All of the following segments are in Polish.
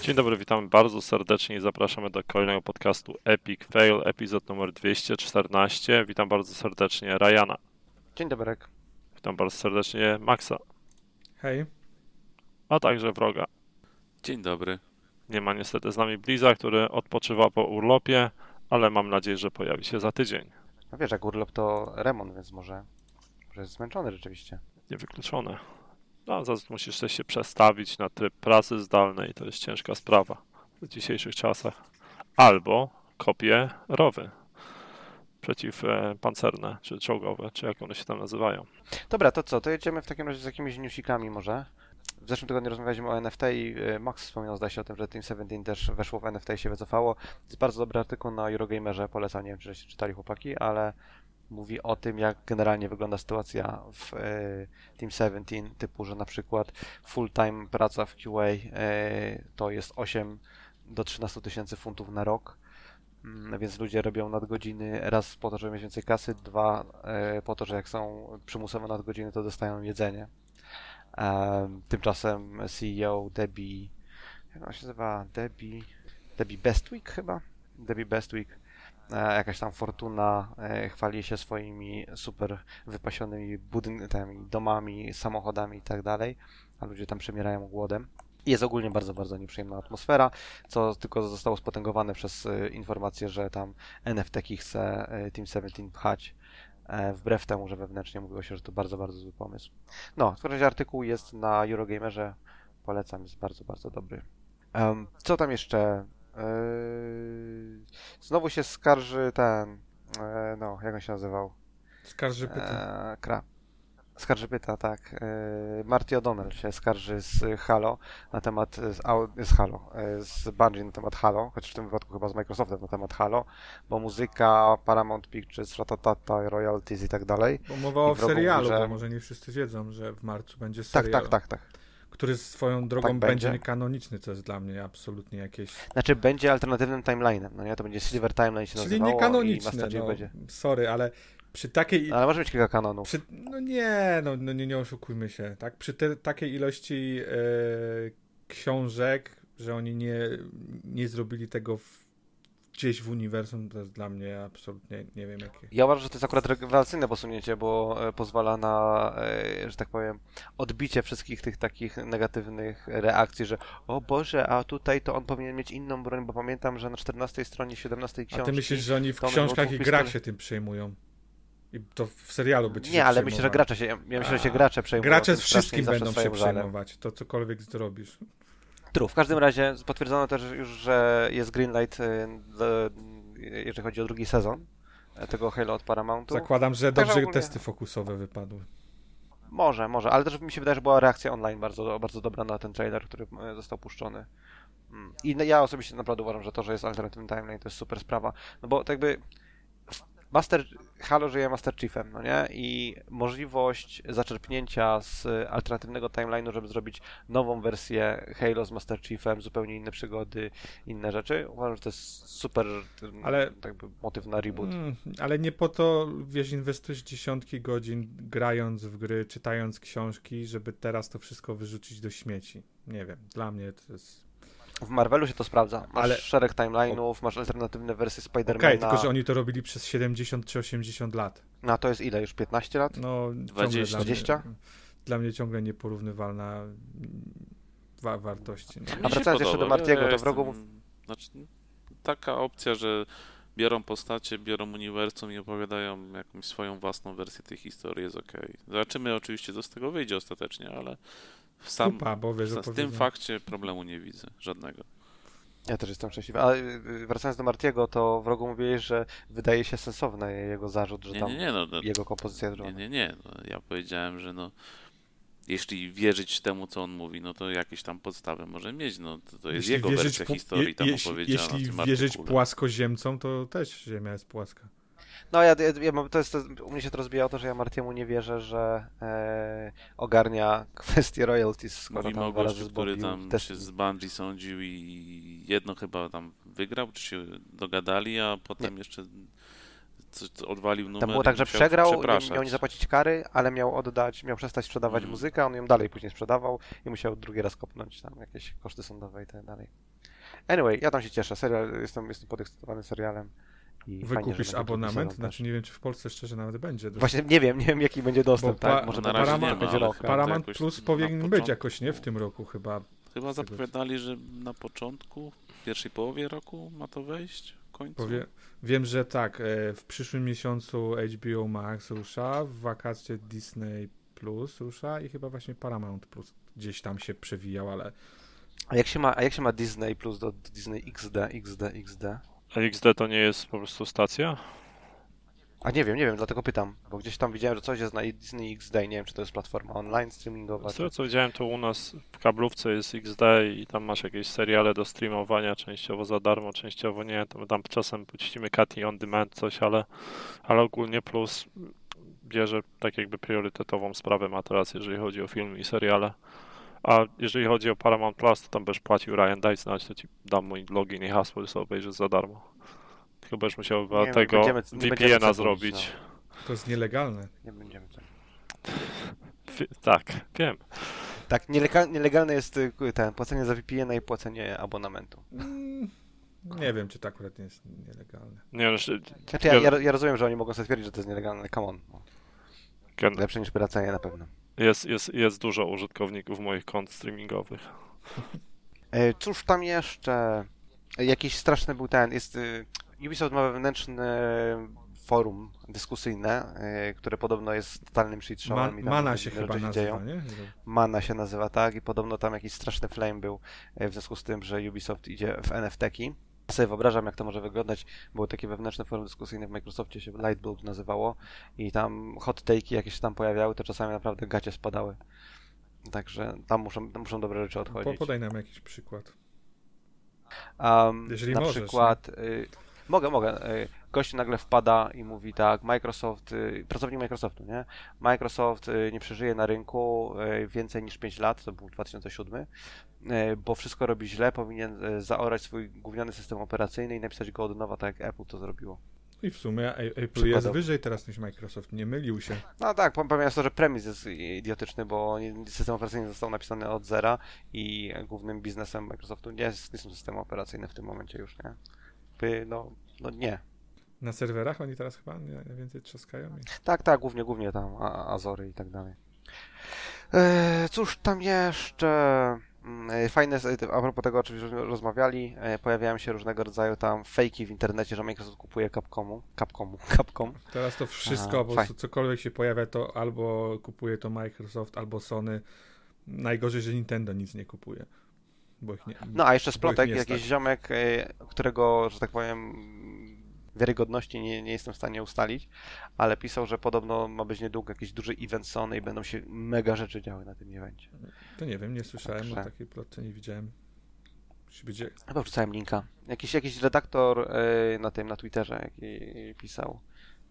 Dzień dobry, witamy bardzo serdecznie i zapraszamy do kolejnego podcastu Epic Fail, epizod numer 214. Witam bardzo serdecznie Ryana. Dzień dobry. Witam bardzo serdecznie Maxa, Hej. a także Wroga. Dzień dobry. Nie ma niestety z nami Bliza, który odpoczywa po urlopie, ale mam nadzieję, że pojawi się za tydzień. No wiesz, jak urlop to remont, więc może jest zmęczony rzeczywiście. Niewykluczone. No, zaraz musisz też się przestawić na tryb pracy zdalnej, to jest ciężka sprawa w dzisiejszych czasach. Albo kopie rowy przeciwpancerne, czy czołgowe, czy jak one się tam nazywają. Dobra, to co? To jedziemy w takim razie z jakimiś newsikami może. W zeszłym tygodniu rozmawialiśmy o NFT i Max wspomniał zdaje się o tym, że Team 17 też weszło w NFT i się wycofało. To jest bardzo dobry artykuł na Eurogamerze, polecam, nie wiem czy czytali chłopaki, ale mówi o tym, jak generalnie wygląda sytuacja w Team 17, typu, że na przykład full-time praca w QA to jest 8 do 13 tysięcy funtów na rok, więc ludzie robią nadgodziny raz po to, żeby mieć więcej kasy, dwa po to, że jak są przymusowe nadgodziny, to dostają jedzenie. Tymczasem CEO Debbie, jak ona się nazywa? Debbie Bestwick chyba? Debbie Bestwick, jakaś tam fortuna, chwali się swoimi super wypasionymi domami, samochodami i tak dalej, a ludzie tam przemierają głodem. Jest ogólnie bardzo, bardzo nieprzyjemna atmosfera, co tylko zostało spotęgowane przez informację, że tam NFT chce Team 17 pchać, wbrew temu, że wewnętrznie mówiło się, że to bardzo, bardzo zły pomysł. No, w każdym razie artykuł jest na Eurogamerze, polecam, jest bardzo, bardzo dobry. Co tam jeszcze? Znowu się skarży ten, no, jak on się nazywał? Skarżypyta. Skarżypyta, tak. Marty O'Donnell się skarży z Halo na temat, z Bungie na temat Halo, choć w tym wypadku chyba z Microsoftem na temat Halo, bo muzyka, Paramount Pictures, ratatata, royalties i tak dalej. Bo mowa o serialu, mówi, że... bo może nie wszyscy wiedzą, że w marcu będzie serial. Tak. Który swoją drogą Tak będzie będzie. niekanoniczny, co jest dla mnie absolutnie jakieś... Znaczy będzie alternatywnym timeline'em, no nie? To będzie Silver Timeline się Czyli nazywało niekanoniczny, i będzie. sorry, ale przy takiej... Ale może mieć kilka kanonów. Nie oszukujmy się, tak? Przy takiej ilości książek, że oni nie zrobili tego gdzieś w uniwersum, to jest dla mnie absolutnie, nie wiem jakie. Ja uważam, że to jest akurat rewelacyjne posunięcie, bo pozwala na, że tak powiem, odbicie wszystkich tych takich negatywnych reakcji, że o Boże, a tutaj to on powinien mieć inną broń, bo pamiętam, że na 14 stronie 17 książki... A ty myślisz, że oni w książkach i grach się tym przejmują? I to w serialu by ci się Nie, ale myślę, że gracze się... Ja myślę, że się gracze przejmują. Gracze z wszystkim będą się przejmować, to cokolwiek zrobisz. True. W każdym razie potwierdzono też już, że jest greenlight, jeżeli chodzi o drugi sezon tego Halo od Paramountu. Zakładam, że dobrze testy fokusowe wypadły. Może, ale też mi się wydaje, że była reakcja online bardzo, bardzo dobra na ten trailer, który został puszczony. I ja osobiście naprawdę uważam, że to, że jest alternatywny timeline, to jest super sprawa. No bo tak jakby Halo żyje Master Chiefem, no nie? I możliwość zaczerpnięcia z alternatywnego timeline'u, żeby zrobić nową wersję Halo z Master Chiefem, zupełnie inne przygody, inne rzeczy. Uważam, że to jest super motyw na reboot. Ale nie po to, wiesz, inwestujesz dziesiątki godzin grając w gry, czytając książki, żeby teraz to wszystko wyrzucić do śmieci. Nie wiem, dla mnie to jest... W Marvelu się to sprawdza. Masz szereg timeline'ów, masz alternatywne wersje Spidermana. Okej, tylko że oni to robili przez 70 czy 80 lat. No a to jest ile? Już 15 lat? No, 20? Dla mnie ciągle nieporównywalna wartość. A wracając jeszcze do Martiego, to wrogów... Znaczy, taka opcja, że biorą postacie, biorą uniwersum i opowiadają jakąś swoją własną wersję tej historii, jest okej. Zobaczymy oczywiście, co z tego wyjdzie ostatecznie, ale w tym fakcie problemu nie widzę, żadnego. Ja też jestem szczęśliwy. A wracając do Martiego, to wrogu mówiłeś, że wydaje się sensowny jego zarzut, że jego kompozycja jest drogą. Nie. Ja powiedziałem, że jeśli wierzyć temu, co on mówi, no to jakieś tam podstawy może mieć. No to jest jego wersja historii tam opowiedziana. Jeśli wierzyć płaskoziemcom, to też Ziemia jest płaska. No ja mam, u mnie się to rozbija o to, że ja Martiemu nie wierzę, że ogarnia kwestię royalties, skoro Mówimy tam o gościu, który tam się z Bungie sądził i jedno chyba tam wygrał, czy się dogadali, a potem jeszcze odwalił numer. Tam było tak, że przegrał, miał nie zapłacić kary, ale miał przestać sprzedawać muzykę, on ją dalej później sprzedawał i musiał drugi raz kopnąć tam jakieś koszty sądowe i tak dalej. Anyway, ja tam się cieszę. Serial, jestem podekscytowany serialem. I fajnie, że Wykupisz będzie drugi abonament? sezon Znaczy nie wiem, czy w Polsce szczerze nawet będzie. Właśnie nie wiem jaki będzie dostęp, Bo tak? Może na to razie będzie nie ma, będzie ale rok. chyba Paramount jakoś Plus na powinien być początku. jakoś, nie? W tym roku chyba. Chyba zapowiadali, że na początku, w pierwszej połowie roku ma to wejść w końcu. Wiem, że tak, w przyszłym miesiącu HBO Max rusza, w wakacje Disney Plus rusza i chyba właśnie Paramount Plus gdzieś tam się przewijał, ale A jak się ma Disney Plus do Disney XD? A XD to nie jest po prostu stacja? A nie wiem, dlatego pytam, bo gdzieś tam widziałem, że coś jest na Disney XD i nie wiem, czy to jest platforma online streamingowa. Z tego co widziałem, to u nas w kablówce jest XD i tam masz jakieś seriale do streamowania, częściowo za darmo, częściowo nie. Tam czasem puścimy Cut on Demand coś, ale ogólnie Plus bierze tak jakby priorytetową sprawę ma teraz, jeżeli chodzi o filmy i seriale. A jeżeli chodzi o Paramount Plus, to tam będziesz płacił, Ryan, daj znać, to ci dam mój login i hasło, że sobie obejrzysz za darmo. Tylko będziesz musiał Nie wiem, tego nie będziemy VPN-a co zrobić. mówić, to jest nielegalne. Nie będziemy co. Tak, wiem. Tak, nielegalne jest płacenie za VPN-a i płacenie abonamentu. Nie wiem, czy to akurat nie jest nielegalne. Nie, Znaczy, ja rozumiem, że oni mogą sobie twierdzić, że to jest nielegalne, ale come on. Lepsze niż płacenie na pewno. jest dużo użytkowników moich kont streamingowych. Cóż tam jeszcze? Jakiś straszny był Ubisoft ma wewnętrzne forum dyskusyjne, które podobno jest totalnym shit showem. Mana się chyba nazywa, nie? Mana się nazywa, tak? I podobno tam jakiś straszny flame był w związku z tym, że Ubisoft idzie w NFT-ki. Ja sobie wyobrażam, jak to może wyglądać. Było takie wewnętrzne forum dyskusyjne w Microsoftie, się Lightbulb nazywało i tam hot take'i jakieś się tam pojawiały, to czasami naprawdę gacie spadały. Także tam muszą dobre rzeczy odchodzić. Podaj nam jakiś przykład. Jeżeli na możesz, przykład... Mogę. Gość nagle wpada i mówi tak, pracownik Microsoftu, nie? Microsoft nie przeżyje na rynku więcej niż 5 lat, to był 2007, bo wszystko robi źle, powinien zaorać swój gówniany system operacyjny i napisać go od nowa, tak jak Apple to zrobiło. I w sumie Apple jest wyżej teraz niż Microsoft, nie mylił się. No tak, pomijając to, że premis jest idiotyczny, bo system operacyjny został napisany od zera i głównym biznesem Microsoftu nie są systemy operacyjne w tym momencie już, nie? No nie. Na serwerach oni teraz chyba najwięcej trzaskają? Tak, głównie tam Azory i tak dalej. Cóż tam jeszcze? Fajne, a propos tego, o czym już rozmawiali, pojawiają się różnego rodzaju tam fejki w internecie, że Microsoft kupuje Capcom. Teraz to wszystko, po prostu cokolwiek się pojawia, to albo kupuje to Microsoft, albo Sony. Najgorzej, że Nintendo nic nie kupuje. Bo ich nie, no a jeszcze splotek, jakiś stać. ziomek, którego, że tak powiem, wiarygodności nie jestem w stanie ustalić, ale pisał, że podobno ma być niedługo jakiś duży event Sony i będą się mega rzeczy działy na tym evencie. To nie wiem, nie słyszałem, o takiej plotce nie widziałem. Chyba wrzucałem linka. Jakiś redaktor na Twitterze pisał.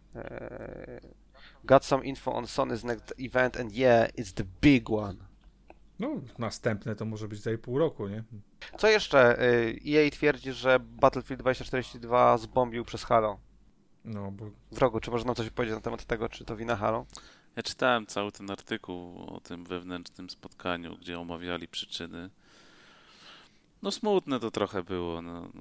Got some info on Sony's next event and yeah, it's the big one. No, następne to może być za i pół roku, nie? Co jeszcze? EA twierdzi, że Battlefield 2042 zbombił przez Halo. No, bo... Wrogu, czy można coś powiedzieć na temat tego, czy to wina Halo? Ja czytałem cały ten artykuł o tym wewnętrznym spotkaniu, gdzie omawiali przyczyny. No smutne to trochę było.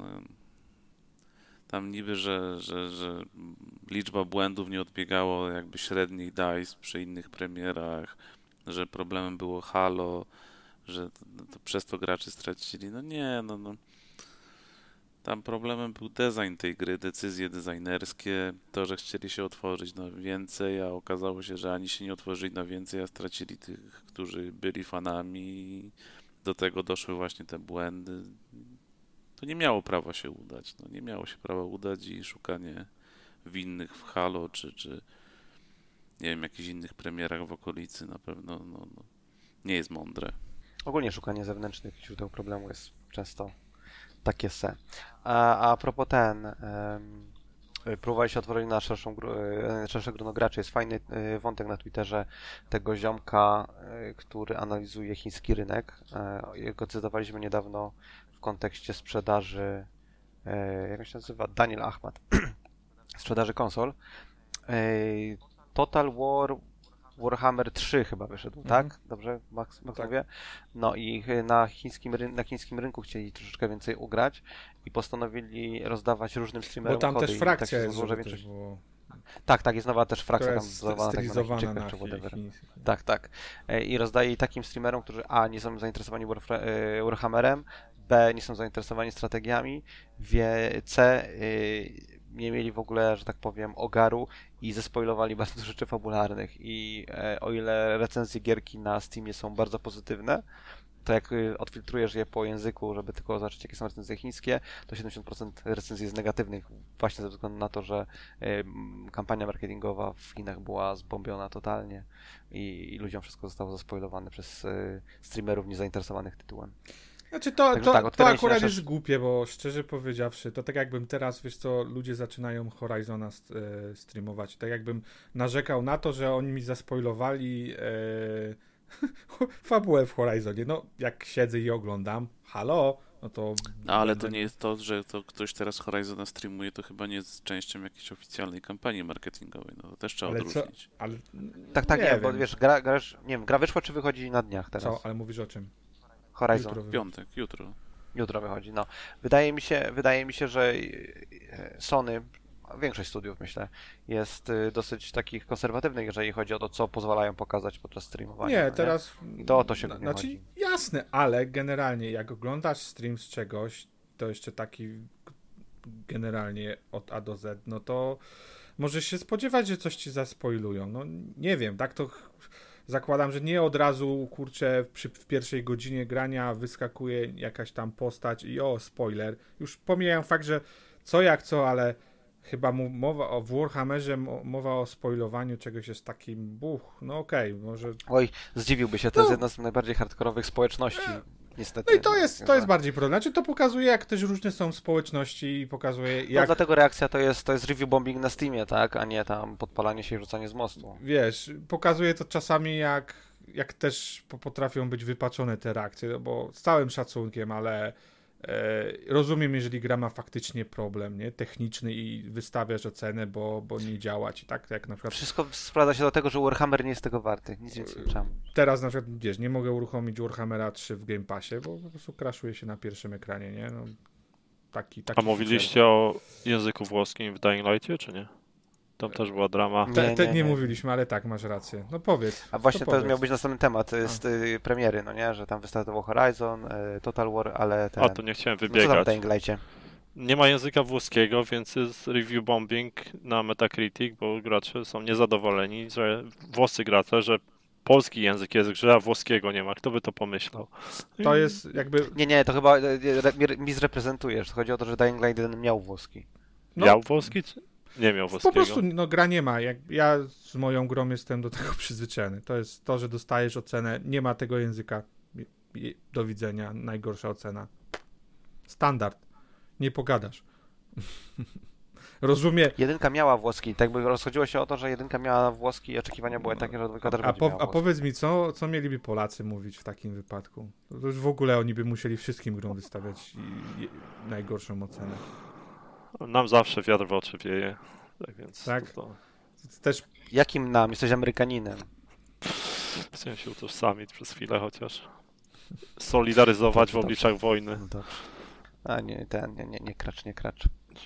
Tam niby, że liczba błędów nie odbiegało jakby średniej DICE przy innych premierach, że problemem było Halo, że to przez to gracze stracili. No nie. Tam problemem był design tej gry, decyzje designerskie, to, że chcieli się otworzyć na więcej, a okazało się, że ani się nie otworzyli na więcej, a stracili tych, którzy byli fanami. Do tego doszły właśnie te błędy. To nie miało prawa się udać. No, nie miało się prawa udać i szukanie winnych w Halo, czy nie wiem, jakichś innych premierach w okolicy na pewno nie jest mądre. Ogólnie szukanie zewnętrznych źródeł problemu jest często takie se. A propos próbowali się otworzyć na szersze grono graczy. Jest fajny wątek na Twitterze tego ziomka, który analizuje chiński rynek. Jego cytowaliśmy niedawno w kontekście sprzedaży, jak on się nazywa? Daniel Ahmad. Sprzedaży konsol. Total War Warhammer 3 chyba wyszedł, Mhm. tak? Dobrze, Max Tak. mówię? No i na chińskim rynku chcieli troszeczkę więcej ugrać i postanowili rozdawać różnym Bo streamerom tam kody też i frakcja tak się jest, złożyła żeby też większość. było, Tak, jest nowa też frakcja która tam jest wzorowana tak stylizowana Chińczykach na czy whatever. chińskich. Tak. I rozdaje jej takim streamerom, którzy A, nie są zainteresowani Warhammerem, B, nie są zainteresowani strategiami, C, nie mieli w ogóle, że tak powiem, ogaru i zespoilowali bardzo dużo rzeczy fabularnych. I o ile recenzje gierki na Steamie są bardzo pozytywne, to jak odfiltrujesz je po języku, żeby tylko zobaczyć, jakie są recenzje chińskie, to 70% recenzji jest negatywnych, właśnie ze względu na to, że kampania marketingowa w Chinach była zbombiona totalnie i ludziom wszystko zostało zaspoilowane przez streamerów niezainteresowanych tytułem. Znaczy Także tak, to otwieranie się akurat na jest głupie, bo szczerze powiedziawszy, to tak jakbym teraz, wiesz co, ludzie zaczynają Horizona streamować. Tak jakbym narzekał na to, że oni mi zaspoilowali fabułę w Horizonie. No, jak siedzę i oglądam, halo, no to... No ale to będę- nie jest to, że to ktoś teraz Horizona streamuje, to chyba nie jest częścią jakiejś oficjalnej kampanii marketingowej. No to też trzeba Ale co? odróżnić. Ale, Tak, nie, bo wiem. wiesz, nie wiem, gra wyszła czy wychodzi na dniach teraz? Co? Ale mówisz o czym? Horizon. Jutro W piątek, jutro. Jutro wychodzi, no. Wydaje mi się, że Sony, a większość studiów myślę, jest dosyć takich konserwatywnych, jeżeli chodzi o to, co pozwalają pokazać podczas streamowania. Nie, teraz... I to o to się głównie Znaczy, chodzi. jasne, ale generalnie jak oglądasz stream z czegoś, to jeszcze taki generalnie od A do Z, no to możesz się spodziewać, że coś ci zaspoilują. No nie wiem, tak to zakładam, że nie od razu, kurczę, w pierwszej godzinie grania wyskakuje jakaś tam postać i spoiler. Już pomijam fakt, że co jak co, ale chyba mowa w Warhammerze, mowa o spoilowaniu czegoś jest takim no okej, może... Oj, zdziwiłby się, to jest jedna z najbardziej hardkorowych społeczności, niestety. No i to jest bardziej problem. Znaczy to pokazuje, jak też różne są społeczności i pokazuje, No jak... dlatego reakcja to jest review bombing na Steamie, tak, a nie tam podpalanie się i rzucanie z mostu. Wiesz, pokazuje to czasami, jak też potrafią być wypaczone te reakcje, no bo z całym szacunkiem, ale rozumiem, jeżeli gra ma faktycznie problem, nie, techniczny i wystawiasz ocenę, bo nie działa ci, tak, jak na przykład Wszystko sprowadza się do tego, że Warhammer nie jest tego warty, nic więcej nie trzeba. teraz na przykład, wiesz, nie mogę uruchomić Warhammera 3 w Game Passie, bo po prostu crashuje się na pierwszym ekranie, nie, no taki A mówiliście o języku włoskim w Dying Light'cie, czy nie? Tam też była drama. Nie mówiliśmy, ale tak, masz rację. No powiedz. A właśnie to powiedz. miał być następny temat z premiery, no nie, że tam wystartował Horizon, Total War, ale ten... A to nie chciałem No co tam w wybiegać. Dying Light'cie? Nie ma języka włoskiego, więc jest review bombing na Metacritic, bo gracze są niezadowoleni, że włoscy gracze, że polski język jest w grze, a włoskiego nie ma. Kto by to pomyślał? To jest jakby... Nie, to chyba misreprezentujesz. Chodzi o to, że Dying Light 1 miał włoski. No, Miał włoski, czy nie miał po włoskiego? prostu no, gra nie ma. Ja z moją grą jestem do tego przyzwyczajony. To jest to, że dostajesz ocenę, nie ma tego języka. Do widzenia, najgorsza ocena. Standard. Nie pogadasz. Rozumiem. Jedynka miała włoski, tak by rozchodziło się o to, że jedynka miała włoski i oczekiwania były takie, że dwójka też będzie miała A włoski. powiedz mi, co mieliby Polacy mówić w takim wypadku? To już w ogóle oni by musieli wszystkim grom wystawiać najgorszą ocenę. Nam zawsze wiatr w oczy wieje. Tak więc Tak? to Też Jakim nam? Jesteś Amerykaninem. chciałem się utożsamić przez chwilę chociaż. Solidaryzować w Dobrze. obliczach wojny. No dobrze. A nie kracz.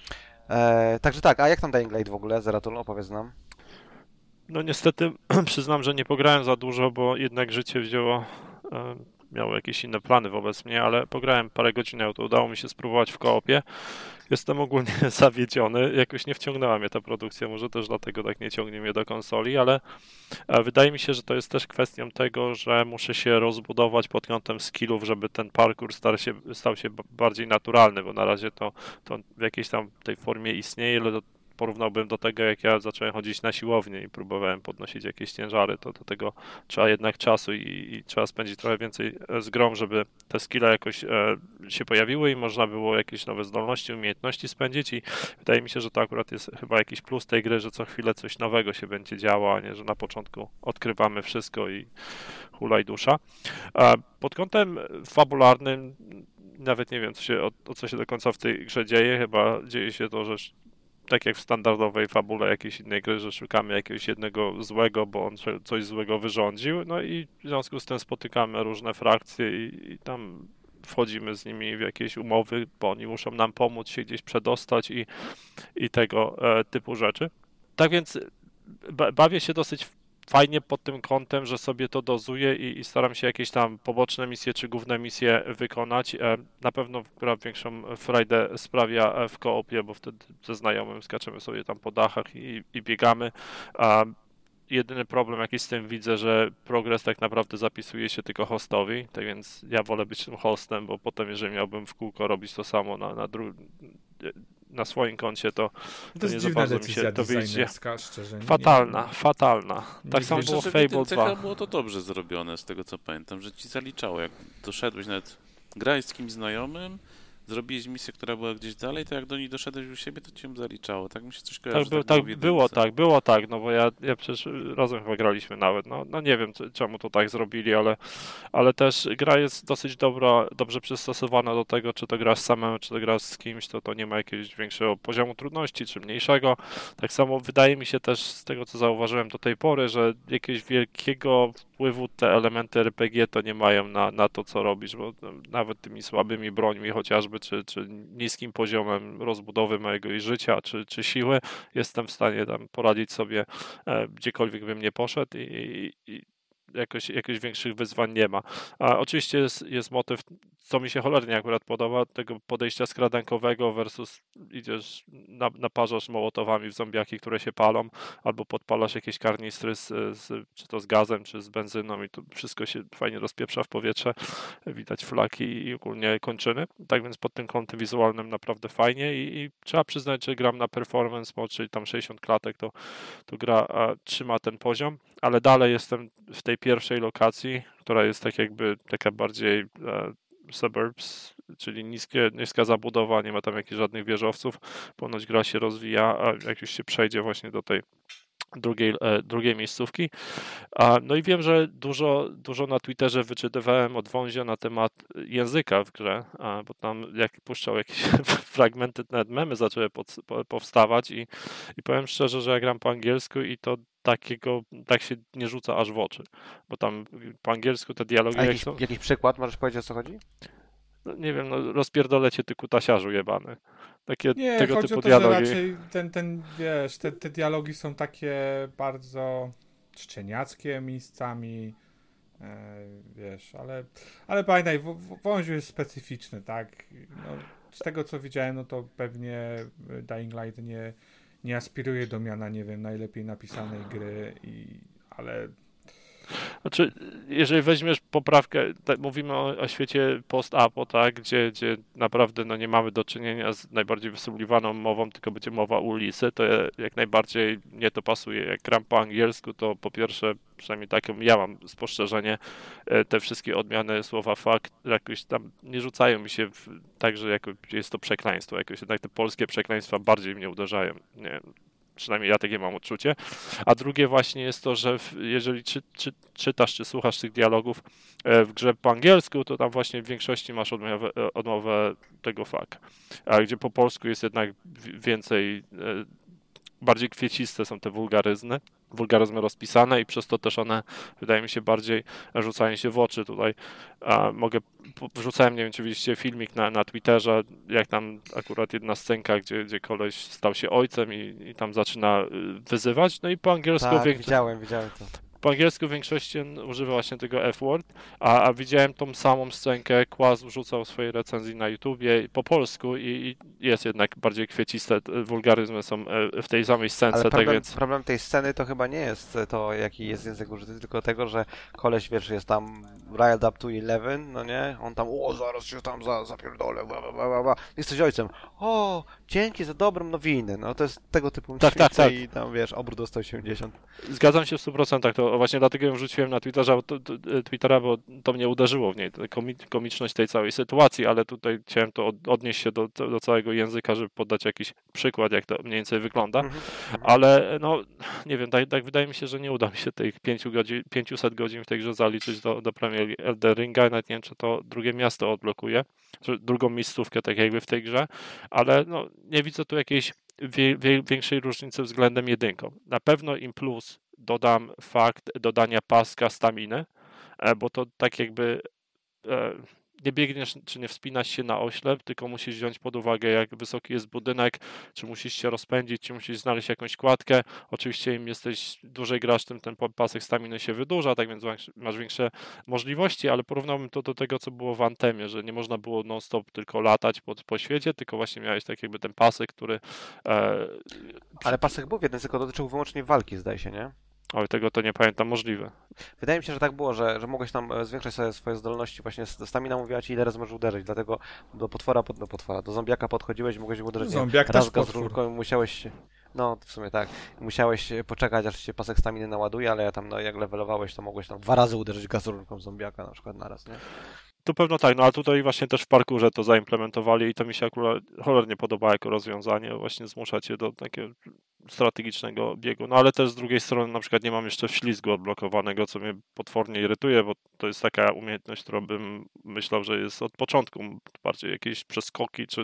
Także tak, a jak tam Dying Light w ogóle? Zeratul, opowiedz nam. No niestety przyznam, że nie pograłem za dużo, bo jednak życie wzięło, miało jakieś inne plany wobec mnie, ale pograłem parę godzin, to udało mi się spróbować w koopie. Jestem ogólnie zawiedziony, jakoś nie wciągnęła mnie ta produkcja, może też dlatego tak nie ciągnie mnie do konsoli, ale wydaje mi się, że to jest też kwestią tego, że muszę się rozbudować pod kątem skillów, żeby ten parkour stał się bardziej naturalny, bo na razie to w jakiejś tam tej formie istnieje, ale porównałbym do tego, jak ja zacząłem chodzić na siłownię i próbowałem podnosić jakieś ciężary, to do tego trzeba jednak czasu i trzeba spędzić trochę więcej z grą, żeby te skille jakoś się pojawiły i można było jakieś nowe zdolności, umiejętności spędzić i wydaje mi się, że to akurat jest chyba jakiś plus tej gry, że co chwilę coś nowego się będzie działo, a nie, że na początku odkrywamy wszystko i hulaj dusza. Pod kątem fabularnym nawet nie wiem, o co się do końca w tej grze dzieje, chyba dzieje się to, że tak jak w standardowej fabule jakiejś innej gry, że szukamy jakiegoś jednego złego, bo on coś złego wyrządził, no i w związku z tym spotykamy różne frakcje i tam wchodzimy z nimi w jakieś umowy, bo oni muszą nam pomóc się gdzieś przedostać i tego typu rzeczy. Tak więc bawię się dosyć fajnie pod tym kątem, że sobie to dozuję i staram się jakieś tam poboczne misje czy główne misje wykonać. Na pewno gra większą frajdę sprawia w koopie, bo wtedy ze znajomym skaczemy sobie tam po dachach i biegamy. Jedyny problem jaki z tym widzę, że progres tak naprawdę zapisuje się tylko hostowi, tak więc ja wolę być tym hostem, bo potem jeżeli miałbym w kółko robić to samo na swoim koncie, to To jest nie za dziwna bardzo mi się decyzja to wyjdzie. designerska, szczerze. Fatalna. Nie Tak samo widzę. było Szczerze, Fable w CH 2. było to dobrze zrobione, z tego co pamiętam, że ci zaliczało, jak doszedłeś, nawet grałeś z kimś znajomym, zrobiłeś misję, która była gdzieś dalej, to jak do niej doszedłeś u siebie, to ci ją zaliczało. Tak mi się coś kojarzy, że tak Było tak, no bo ja przecież razem chyba graliśmy nawet, no nie wiem czemu to tak zrobili, ale też gra jest dosyć dobrze przystosowana do tego, czy to grasz samemu, czy to grasz z kimś, to nie ma jakiegoś większego poziomu trudności, czy mniejszego. Tak samo wydaje mi się też z tego, co zauważyłem do tej pory, że jakiegoś wielkiego wpływu te elementy RPG to nie mają na to, co robisz, bo nawet tymi słabymi brońmi chociażby, czy niskim poziomem rozbudowy mojego życia, czy siły, jestem w stanie tam poradzić sobie gdziekolwiek bym nie poszedł i jakoś większych wyzwań nie ma. A oczywiście jest motyw, co mi się cholernie akurat podoba, tego podejścia skradankowego versus idziesz, naparzasz mołotowami w zombiaki, które się palą, albo podpalasz jakieś karnistry czy to z gazem, czy z benzyną i to wszystko się fajnie rozpieprza w powietrze. Widać flaki i ogólnie kończyny. Tak więc pod tym kątem wizualnym naprawdę fajnie i trzeba przyznać, że gram na performance mode, czyli tam 60 klatek, to gra trzyma ten poziom, ale dalej jestem w tej pierwszej lokacji, która jest tak jakby taka bardziej suburbs, czyli niska zabudowa, nie ma tam jakichś żadnych wieżowców. Ponoć gra się rozwija, a jak już się przejdzie właśnie do tej drugiej miejscówki. No i wiem, że dużo na Twitterze wyczytywałem od Wązia na temat języka w grze, bo tam jak puszczał jakieś fragmenty, nawet memy zaczęły powstawać i powiem szczerze, że ja gram po angielsku i to tak się nie rzuca aż w oczy, bo tam po angielsku te dialogi A jak są, jakiś przykład, możesz powiedzieć, o co chodzi? no nie wiem, no rozpierdolę cię ty kutasiarzu jebany. Nie, Tego chodzi typu o to, że dialogi. raczej wiesz, te dialogi są takie bardzo szczeniackie miejscami, wiesz, ale pamiętaj, Wąziu jest specyficzny, tak? No, z tego co widziałem, no to pewnie Dying Light nie aspiruje do miana, nie wiem, najlepiej napisanej gry, ale Znaczy, jeżeli weźmiesz poprawkę, mówimy o świecie post-apo, tak, gdzie naprawdę no, nie mamy do czynienia z najbardziej wysublimowaną mową, tylko będzie mowa ulicy, to jak najbardziej mnie to pasuje. Jak gram po angielsku, to po pierwsze, przynajmniej takie ja mam spostrzeżenie, te wszystkie odmiany słowa fuck jakoś tam nie rzucają mi się tak, że jest to przekleństwo. Jakoś jednak te polskie przekleństwa bardziej mnie uderzają. Nie wiem. Przynajmniej ja takie mam odczucie. A drugie właśnie jest to, że jeżeli czytasz czy słuchasz tych dialogów w grze po angielsku, to tam właśnie w większości masz odmowę tego fuck. A gdzie po polsku jest jednak więcej, bardziej kwieciste są te wulgaryzmy rozpisane i przez to też one, wydaje mi się, bardziej rzucają się w oczy tutaj. Wrzucałem, nie wiem, czy widzieliście filmik na Twitterze, jak tam akurat jedna scenka, gdzie koleś stał się ojcem i tam zaczyna wyzywać, no i po angielsku Tak, widziałem to. po angielsku w większości on używa właśnie tego F-word, a widziałem tą samą scenkę, Kłaz wrzucał w swojej recenzji na YouTubie po polsku i jest jednak bardziej kwieciste, wulgaryzmy są w tej samej scence, Ale tak więc... problem tej sceny to chyba nie jest to, jaki jest język użyty, tylko tego, że koleś, wiesz, jest tam riled up to 11, no nie? On tam, zaraz się tam zapierdolę, bla, bla, bla, bla. Jesteś ojcem. O, dzięki za dobrą nowinę. No to jest tego typu Tak. i tam, wiesz, obrót do 180. Zgadzam się w 100%, to właśnie dlatego ją wrzuciłem na Twittera, bo to mnie uderzyło w niej, komiczność tej całej sytuacji, ale tutaj chciałem to odnieść się do całego języka, żeby podać jakiś przykład, jak to mniej więcej wygląda, ale no, nie wiem, tak wydaje mi się, że nie uda mi się tych 500 godzin w tej grze zaliczyć do premiery Elden Ringa, nawet nie wiem, czy to drugie miasto odblokuje, czy drugą miejscówkę tak jakby w tej grze, ale no, nie widzę tu jakiejś większej różnicy względem jedynką. Na pewno im plus dodam fakt dodania paska staminy, bo to tak jakby nie biegniesz czy nie wspinasz się na oślep, tylko musisz wziąć pod uwagę, jak wysoki jest budynek, czy musisz się rozpędzić, czy musisz znaleźć jakąś kładkę. Oczywiście im jesteś dłużej grasz, tym ten pasek staminy się wydłuża, tak więc masz większe możliwości, ale porównałbym to do tego, co było w Antemie, że nie można było non-stop tylko latać po świecie, tylko właśnie miałeś tak jakby ten pasek, który... Ale pasek był jeden, tylko dotyczył wyłącznie walki, zdaje się, nie? Oj, tego to nie pamiętam, możliwe. Wydaje mi się, że tak było, że mogłeś tam zwiększać sobie swoje zdolności, właśnie stamina mówiła ci, ile razy możesz uderzyć, dlatego do zombiaka podchodziłeś i mogłeś uderzyć Zombiak raz też gaz potwór. rurką i musiałeś... No, w sumie tak. Musiałeś poczekać, aż się pasek staminy naładuje, ale tam, jak levelowałeś, to mogłeś tam 2 razy uderzyć gaz rurką zombiaka na przykład naraz, nie? Tu pewno tak, no ale tutaj właśnie też w parkurze to zaimplementowali i to mi się akurat cholernie podoba jako rozwiązanie, właśnie zmusza cię do takiego strategicznego biegu, no ale też z drugiej strony na przykład nie mam jeszcze wślizgu odblokowanego, co mnie potwornie irytuje, bo to jest taka umiejętność, którą bym myślał, że jest od początku, bardziej jakieś przeskoki, czy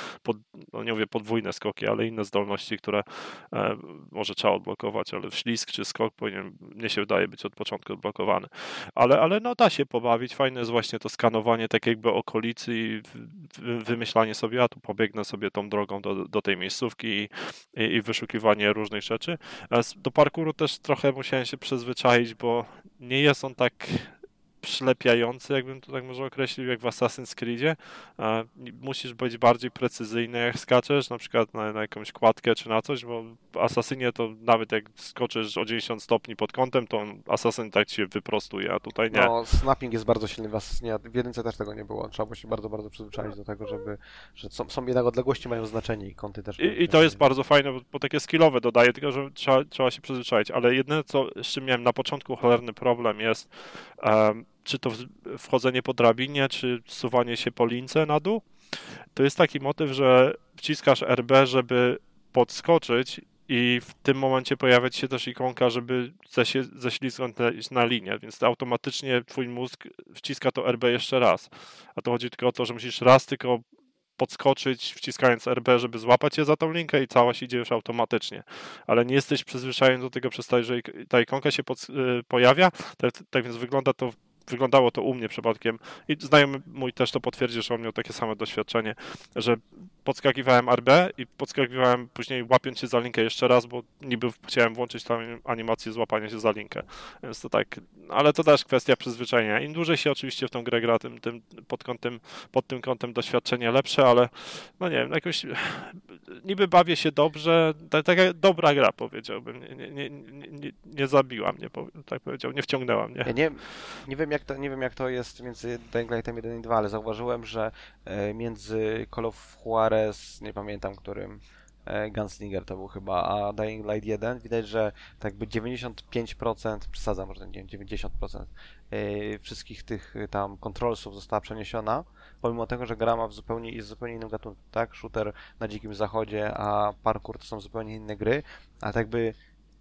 no nie mówię podwójne skoki, ale inne zdolności, które może trzeba odblokować, ale wślizg czy skok powinien, mnie się wydaje, być od początku odblokowany. Ale no da się pobawić, fajne jest właśnie to skanowanie tak jakby okolicy i wymyślanie sobie, a tu pobiegnę sobie tą drogą do tej miejscówki i wyszukiwanie różnych rzeczy. Do parkouru też trochę musiałem się przyzwyczaić, bo nie jest on tak przylepiający, jakbym to tak może określił, jak w Assassin's Creedzie. Musisz być bardziej precyzyjny, jak skaczesz, na przykład na jakąś kładkę czy na coś, bo w Assassinie to nawet jak skoczysz o 90 stopni pod kątem, to Assassin tak się wyprostuje, a tutaj nie. No, snapping jest bardzo silny w Assassinie, w jedynce też tego nie było. Trzeba było się bardzo, bardzo przyzwyczaić do tego, że są jednak odległości mają znaczenie i kąty też. I to jest bardzo fajne, bo takie skillowe dodaje, tylko że trzeba się przyzwyczaić, ale jedyne, z czym miałem na początku cholerny problem jest czy to wchodzenie po drabinie, czy zsuwanie się po lince na dół. To jest taki motyw, że wciskasz RB, żeby podskoczyć i w tym momencie pojawia się też ikonka, żeby ześlizgnąć na linię, więc automatycznie twój mózg wciska to RB jeszcze raz. A to chodzi tylko o to, że musisz raz tylko podskoczyć, wciskając RB, żeby złapać je za tą linkę i całość idzie już automatycznie. Ale nie jesteś przyzwyczajony do tego przez to, że ta ikonka się pojawia, tak więc wyglądało to u mnie przypadkiem i znajomy mój też to potwierdzi, że on miał takie same doświadczenie, że podskakiwałem RB i podskakiwałem później łapiąc się za linkę jeszcze raz, bo niby chciałem włączyć tam animację złapania się za linkę. Więc to tak, ale to też kwestia przyzwyczajenia. Im dłużej się oczywiście w tą grę gra, tym pod tym kątem doświadczenie lepsze, ale no nie wiem, jakoś niby bawię się dobrze, taka dobra gra powiedziałbym, nie zabiła mnie, tak powiedział, nie wciągnęła mnie. Ja nie wiem jak to jest między Dying Lightem 1 i 2, ale zauważyłem, że między Call of Juarez, nie pamiętam którym, Gunslinger to był chyba, a Dying Light 1 widać, że tak jakby 95%, przesadzam, może nie wiem, 90% wszystkich tych tam controlsów została przeniesiona, pomimo tego, że gra ma jest zupełnie innym gatunku, tak? Shooter na Dzikim Zachodzie, a parkour to są zupełnie inne gry, a tak jakby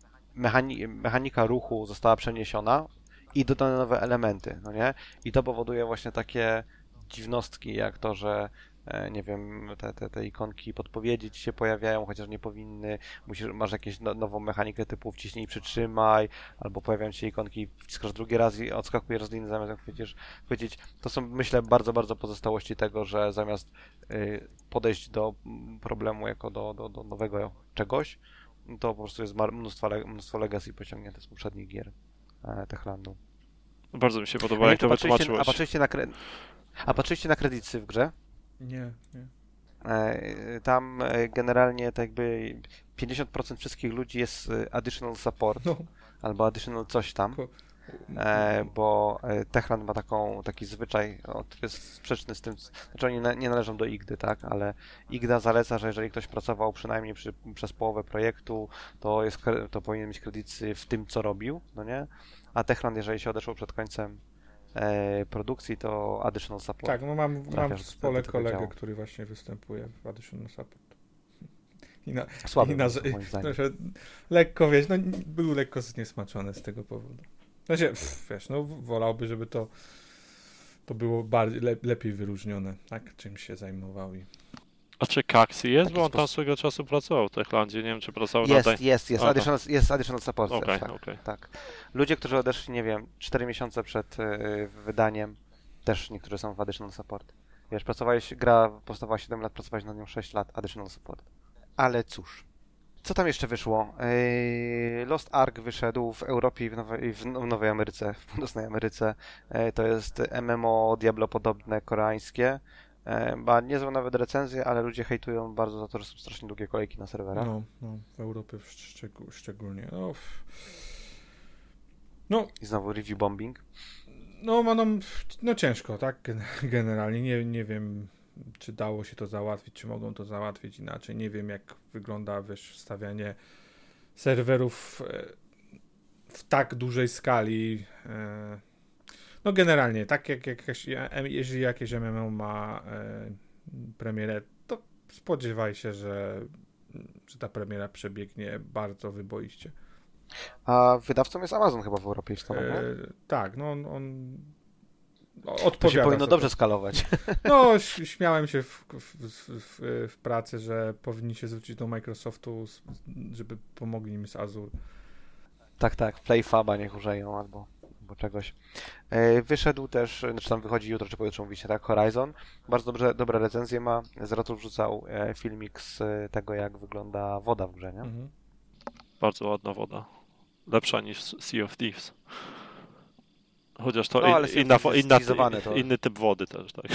mechanika ruchu została przeniesiona i dodane nowe elementy, no nie? I to powoduje właśnie takie dziwностki, jak to, że nie wiem, te ikonki podpowiedzi ci się pojawiają, chociaż nie powinny, masz jakąś nową mechanikę typu wciśnij i przytrzymaj, albo pojawiają się ikonki, wciskasz drugi raz i odskakujesz z liny zamiast jak chwycić. To są, myślę, bardzo, bardzo pozostałości tego, że zamiast podejść do problemu jako do nowego czegoś, to po prostu jest mnóstwo legacy pociągnięte z poprzednich gier Techlandu. Bardzo mi się podoba, jak to wytłumaczyłeś. A patrzyliście na kredyty w grze? Nie. Tam generalnie tak jakby 50% wszystkich ludzi jest additional support, No. albo additional coś tam, bo Techland ma taki zwyczaj, który jest sprzeczny z tym, znaczy oni nie należą do IGDY, tak, ale IGDA zaleca, że jeżeli ktoś pracował przynajmniej przez połowę projektu, to powinien mieć kredyty w tym, co robił, no nie? A Techland, jeżeli się odeszło przed końcem produkcji, to additional support. Tak, no mam w zespole kolegę, który właśnie występuje w additional support. Słaby, moim zdaniem. Lekko, wiesz, był lekko zniesmaczony z tego powodu. Znaczy, wiesz, wolałby, żeby to było lepiej wyróżnione, tak, czym się zajmował. A czy Kaxi jest? Taki Bo on tam sposób. swego czasu pracował w Techlandzie. Nie wiem, czy pracował Jest. A, Jest additional support. Okej, tak, okej. tak. Ludzie, którzy odeszli, nie wiem, 4 miesiące przed wydaniem, też niektórzy są w additional support. Wiesz, gra powstawała 7 lat, pracowałeś nad nią 6 lat, additional support. Ale cóż. Co tam jeszcze wyszło? Lost Ark wyszedł w Europie i w Nowej Ameryce, w Północnej Ameryce. To jest MMO Diablo podobne, koreańskie. Ma niezłą nawet recenzję, ale ludzie hejtują bardzo za to, że są strasznie długie kolejki na serwerach. No, w Europie szczególnie. No, I znowu review bombing. no ciężko, tak? Generalnie nie wiem, czy dało się to załatwić, czy mogą to załatwić inaczej. Nie wiem, jak wygląda, wstawianie serwerów w tak dużej skali. No generalnie, tak jeżeli jakieś MMO ma premierę, to spodziewaj się, że ta premiera przebiegnie bardzo wyboiście. A wydawcą jest Amazon chyba w Europie i w Stanach, nie? Tak, no on To odpowiada się powinno za dobrze to. skalować. No, śmiałem się w pracy, że powinni się zwrócić do Microsoftu, żeby pomogli im z Azure. Tak, PlayFaba niech użyją albo czegoś. Wyszedł też, znaczy tam wychodzi jutro, czy pojutrze mówicie, tak, Horizon. Bardzo dobre recenzje ma. Zerotul wrzucał filmik z tego, jak wygląda woda w grze, nie? Mhm. Bardzo ładna woda. Lepsza niż Sea of Thieves. Chociaż to No, ale Sea of Thieves jest stylizowane, to- inny typ wody też, tak.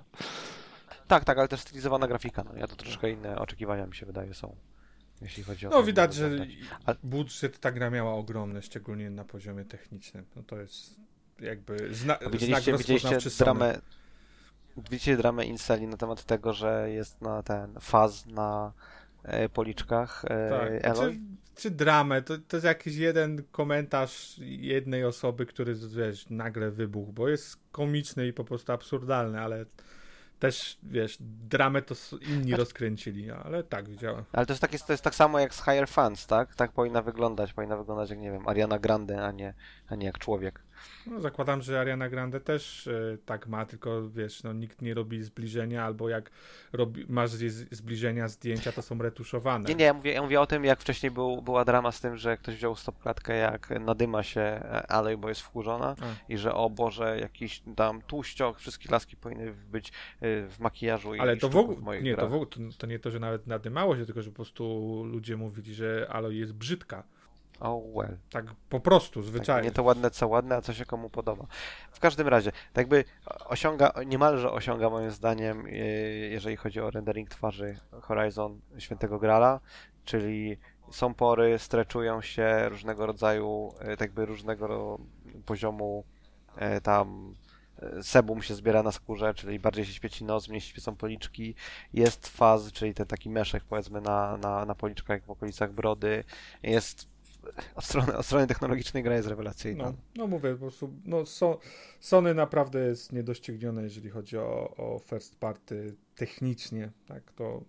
Tak, ale też stylizowana grafika. No, ja to troszkę inne oczekiwania mi się wydaje są, jeśli chodzi o to, No jak widać, ma że wyglądać. budżet ta gra miała ogromny, szczególnie na poziomie technicznym. No to jest jakby A znak widzieliście rozpoznawczy Sony. widzicie dramę Inceli na temat tego, że jest na ten faz na policzkach Tak. Eloy? Czy dramę, to jest jakiś jeden komentarz jednej osoby, który, wiesz, nagle wybuchł, bo jest komiczny i po prostu absurdalny, ale też, wiesz, dramę to inni rozkręcili, ale tak, widziałem. Ale to jest tak samo jak z Higher Fans, tak? Tak powinna wyglądać. Powinna wyglądać jak, nie wiem, Ariana Grande, a nie jak człowiek. No, zakładam, że Ariana Grande też tak ma, tylko wiesz, no nikt nie robi zbliżenia, albo jak masz zbliżenia, zdjęcia, to są retuszowane. Nie, ja mówię o tym, jak wcześniej była drama z tym, że ktoś wziął stopklatkę, jak nadyma się Aloy, bo jest wkurzona i że o Boże, jakiś tam tłuściok, wszystkie laski powinny być w makijażu i Ale to w sztuku ogóle, moich nie, grach. to nie to, że nawet nadymało się, tylko że po prostu ludzie mówili, że Aloy jest brzydka. Oh well. Tak po prostu, Tak, zwyczajnie. nie to ładne, co ładne, a co się komu podoba. W każdym razie, tak jakby niemalże osiąga moim zdaniem, jeżeli chodzi o rendering twarzy Horizon Świętego Grala, czyli są pory, streczują się różnego rodzaju, tak jakby różnego poziomu tam sebum się zbiera na skórze, czyli bardziej się świeci nos, mniej się świecą policzki. Jest faz, czyli ten taki meszek powiedzmy na policzkach, w okolicach brody. Jest od strony technologicznej gra jest rewelacyjna. No mówię, po prostu Sony naprawdę jest niedoścignione, jeżeli chodzi o first party technicznie, tak, to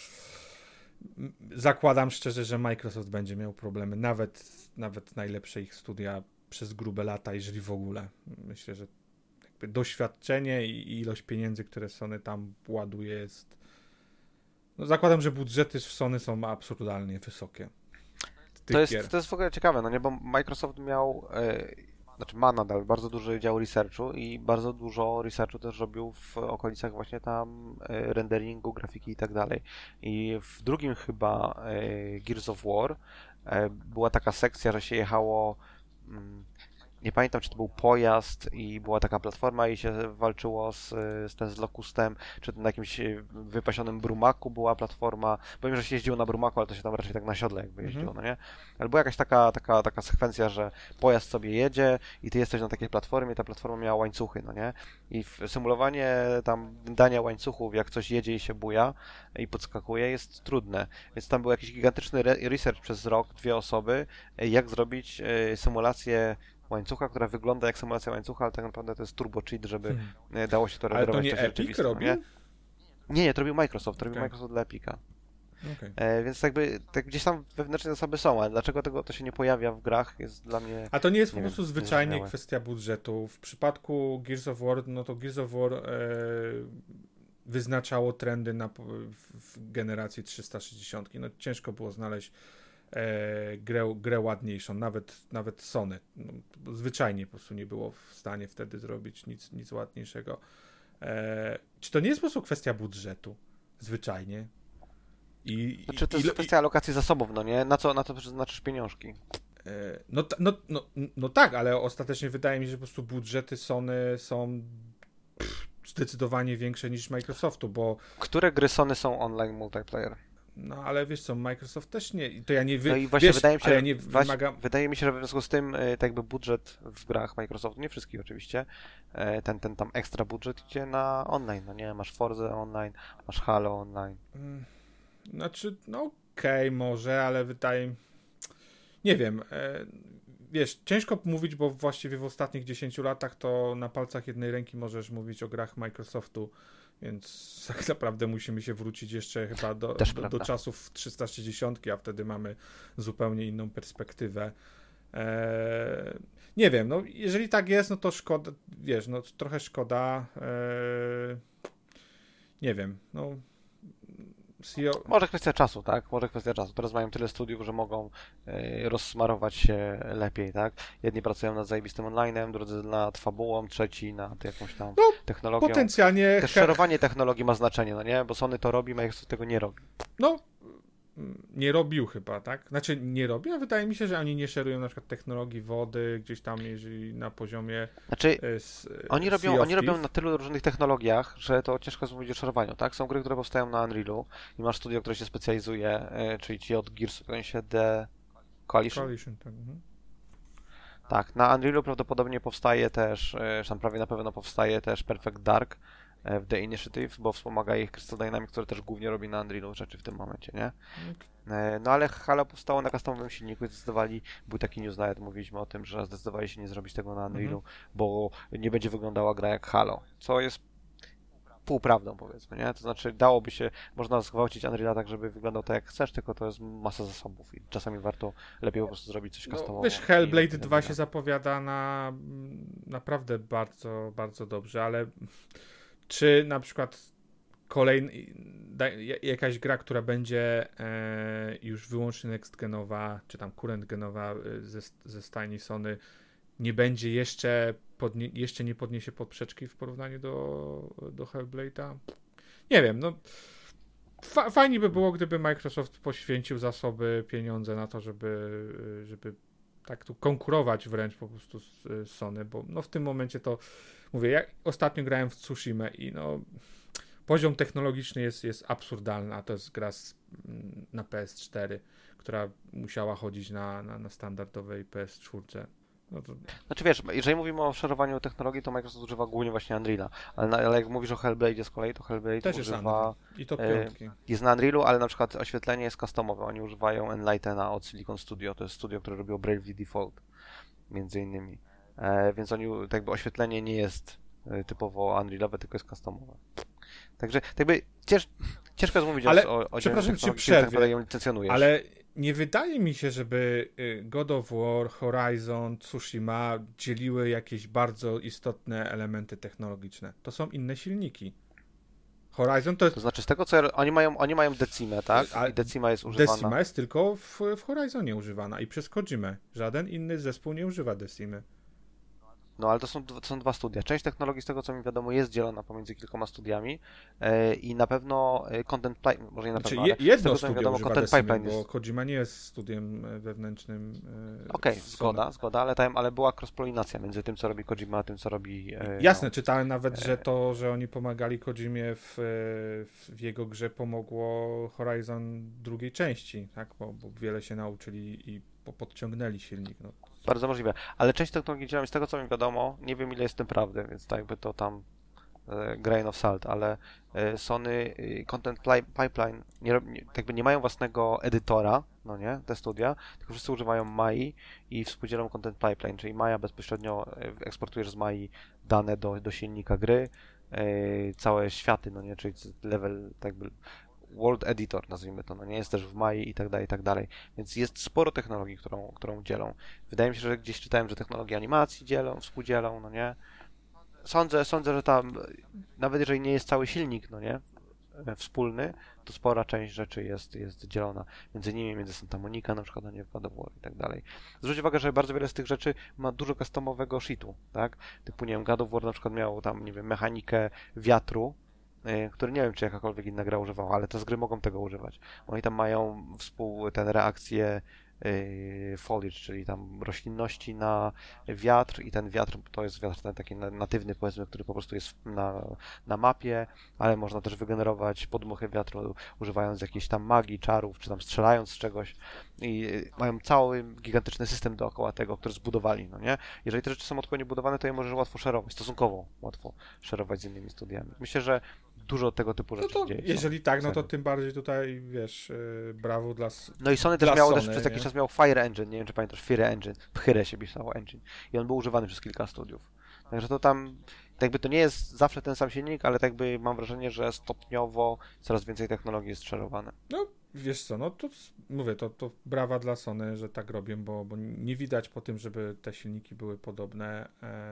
zakładam szczerze, że Microsoft będzie miał problemy, nawet najlepsze ich studia przez grube lata, jeżeli w ogóle. Myślę, że jakby doświadczenie i ilość pieniędzy, które Sony tam ładuje jest... No zakładam, że budżety w Sony są absurdalnie wysokie. To jest w ogóle ciekawe, no nie, bo Microsoft ma nadal bardzo duży dział researchu i bardzo dużo researchu też robił w okolicach właśnie tam renderingu, grafiki i tak dalej. I w drugim chyba Gears of War była taka sekcja, że się jechało, nie pamiętam, czy to był pojazd i była taka platforma i się walczyło z Locustem, czy na jakimś wypasionym brumaku była platforma. Powiem, że się jeździło na brumaku, ale to się tam raczej tak na siodle jakby jeździło, no nie? Ale była jakaś taka sekwencja, że pojazd sobie jedzie i ty jesteś na takiej platformie i ta platforma miała łańcuchy, no nie? I symulowanie tam dania łańcuchów, jak coś jedzie i się buja i podskakuje, jest trudne. Więc tam był jakiś gigantyczny research przez rok, 2 osoby, jak zrobić symulację łańcucha, która wygląda jak symulacja łańcucha, ale tak naprawdę to jest turbo cheat, żeby dało się to Ale to renderować nie w czasie Epic rzeczywistym, robił? Nie, to robił Microsoft, Okay. Microsoft dla Epica. Okay. Więc jakby tak gdzieś tam wewnętrzne zasoby są, ale dlaczego to się nie pojawia w grach jest dla mnie... A to nie jest po nie prostu wiem, zwyczajnie niezrozumiałe. kwestia budżetu. W przypadku Gears of War, no to Gears of War wyznaczało trendy w generacji 360. No ciężko było znaleźć grę ładniejszą, nawet Sony. No, zwyczajnie po prostu nie było w stanie wtedy zrobić nic ładniejszego. Czy to nie jest po prostu kwestia budżetu? Zwyczajnie. Znaczy to jest kwestia alokacji zasobów, no nie? Na co przeznaczysz pieniążki? No tak, ale ostatecznie wydaje mi się, że po prostu budżety Sony są zdecydowanie większe niż Microsoftu, bo... Które gry Sony są online multiplayer? No ale wiesz co, Microsoft też nie... To ja nie No i właśnie wydaje mi się, że w związku z tym tak jakby budżet w grach Microsoftu, nie wszystkich oczywiście, ten tam ekstra budżet idzie na online, no nie? Masz Forza online, masz Halo online. Znaczy, no okej, może, ale nie wiem, wiesz, ciężko mówić, bo właściwie w ostatnich 10 latach to na palcach jednej ręki możesz mówić o grach Microsoftu, więc tak naprawdę musimy się wrócić jeszcze chyba do czasów 360, a wtedy mamy zupełnie inną perspektywę. Nie wiem, no jeżeli tak jest, no to szkoda, wiesz, no trochę szkoda. Nie wiem, no... Może kwestia czasu, tak? Może kwestia czasu. Teraz mają tyle studiów, że mogą rozsmarować się lepiej, tak? Jedni pracują nad zajebistym online'em, drudzy nad fabułą, trzeci nad jakąś tam technologią. Potencjalnie... Też szerowanie technologii ma znaczenie, no nie? Bo Sony to robi, Microsoft tego nie robi. No, nie robił chyba, tak? Znaczy nie robi, a wydaje mi się, że oni nie szerują na przykład technologii wody gdzieś tam, jeżeli na poziomie... Znaczy, oni robią na tylu różnych technologiach, że to ciężko jest mówić o szerowaniu, tak? Są gry, które powstają na Unrealu i masz studio, które się specjalizuje, czyli ci od Gears, w sensie The Coalition. Tak. Tak, na Unrealu prawdopodobnie powstaje też, tam prawie na pewno powstaje też Perfect Dark w The Initiative, bo wspomaga ich Crystal Dynamics, które też głównie robi na Unrealu rzeczy w tym momencie, nie? No ale Halo powstało na customowym silniku i zdecydowali, był taki news nawet, mówiliśmy o tym, że zdecydowali się nie zrobić tego na Unrealu, bo nie będzie wyglądała gra jak Halo, co jest półprawdą, powiedzmy, nie? To znaczy dałoby się, można zgwałcić Unreala tak, żeby wyglądał tak jak chcesz, tylko to jest masa zasobów i czasami warto lepiej po prostu zrobić coś customowo. Wiesz, Hellblade 2 się zapowiada na naprawdę bardzo, bardzo dobrze, ale czy na przykład jakaś gra, która będzie już wyłącznie next-genowa, czy tam current-genowa ze stajni Sony, nie będzie jeszcze nie podniesie poprzeczki w porównaniu do Hellblade'a? Nie wiem, no fajnie by było, gdyby Microsoft poświęcił zasoby, pieniądze na to, żeby tak tu konkurować wręcz po prostu z Sony, bo no w tym momencie to mówię, ja ostatnio grałem w Tsushima i no poziom technologiczny jest absurdalny, a to jest gra na PS4, która musiała chodzić na standardowej PS4. No to... Znaczy wiesz, jeżeli mówimy o szerowaniu technologii, to Microsoft używa głównie właśnie Unreala, ale jak mówisz o Hellblade z kolei, to Hellblade też używa... I to piątki. Jest na Unrealu, ale na przykład oświetlenie jest customowe. Oni używają Enlightena od Silicon Studio, to jest studio, które robiło Bravely Default, między innymi. Więc oni, tak jakby oświetlenie nie jest typowo Unrealowe, tylko jest customowe. Także tak jakby ciężko jest mówić o przepraszam, ci przerwę, ją licencjonujesz. Ale nie wydaje mi się, żeby God of War, Horizon, Tsushima dzieliły jakieś bardzo istotne elementy technologiczne. To są inne silniki. Horizon to znaczy z tego co oni mają Decimę, tak? I Decima jest używana. Decima jest tylko w Horizonie używana i przez Kojimę. Żaden inny zespół nie używa Decimy. No ale to są dwa studia. Część technologii, z tego co mi wiadomo, jest dzielona pomiędzy kilkoma studiami i na pewno Content Pipeline, może nie na pewno, ale jedno z tego co mi studio wiadomo, używa Content Decimy, Pipeline bo jest... Kojima nie jest studiem wewnętrznym. Okej, zgoda, ale była cross-polinacja między tym, co robi Kojima, a tym, co robi... Jasne, czytałem nawet, że oni pomagali Kojimie w jego grze pomogło Horizon drugiej części, tak? Bo wiele się nauczyli i podciągnęli silnik. No. Bardzo możliwe, ale część technologii działa z tego, co mi wiadomo, nie wiem ile jest w tym prawdy, więc tak jakby to tam grain of salt, ale Sony Content Pipeline jakby nie mają własnego edytora, no nie, te studia, tylko wszyscy używają Mai i współdzielą Content Pipeline, czyli Maja bezpośrednio eksportujesz z Mai dane do silnika gry, całe światy, no nie, czyli level tak jakby World Editor, nazwijmy to, no nie jest też w Mai i tak dalej, więc jest sporo technologii, którą dzielą. Wydaje mi się, że gdzieś czytałem, że technologie animacji współdzielą, no nie? Sądzę, że tam, nawet jeżeli nie jest cały silnik, no nie, wspólny, to spora część rzeczy jest dzielona między nimi, między Santa Monica na przykład, no nie, God of War i tak dalej. Zwróć uwagę, że bardzo wiele z tych rzeczy ma dużo customowego shitu, tak? Typu, nie wiem, God of War na przykład miał tam, nie wiem, mechanikę wiatru, który nie wiem, czy jakakolwiek inna gra używała, ale te z gry mogą tego używać. Oni tam mają ten reakcję foliage, czyli tam roślinności na wiatr i ten wiatr to jest wiatr ten taki natywny, powiedzmy, który po prostu jest na mapie, ale można też wygenerować podmuchy wiatru używając jakiejś tam magii, czarów, czy tam strzelając z czegoś i mają cały gigantyczny system dookoła tego, który zbudowali, no nie? Jeżeli te rzeczy są odpowiednio budowane, to je możesz łatwo szerować, stosunkowo łatwo szerować z innymi studiami. Myślę, że dużo tego typu rzeczy się dzieje. Jeżeli tak, no to tym bardziej tutaj, wiesz, brawo dla No i Sony też miało przez jakiś czas miał Fire Engine, nie wiem czy pamiętasz, Fire Engine, Pchyrę się pisało engine i on był używany przez kilka studiów. Także to tam, tak jakby to nie jest zawsze ten sam silnik, ale tak jakby mam wrażenie, że stopniowo coraz więcej technologii jest szerowane. No, wiesz co, no to mówię, to brawa dla Sony, że tak robią, bo nie widać po tym, żeby te silniki były podobne.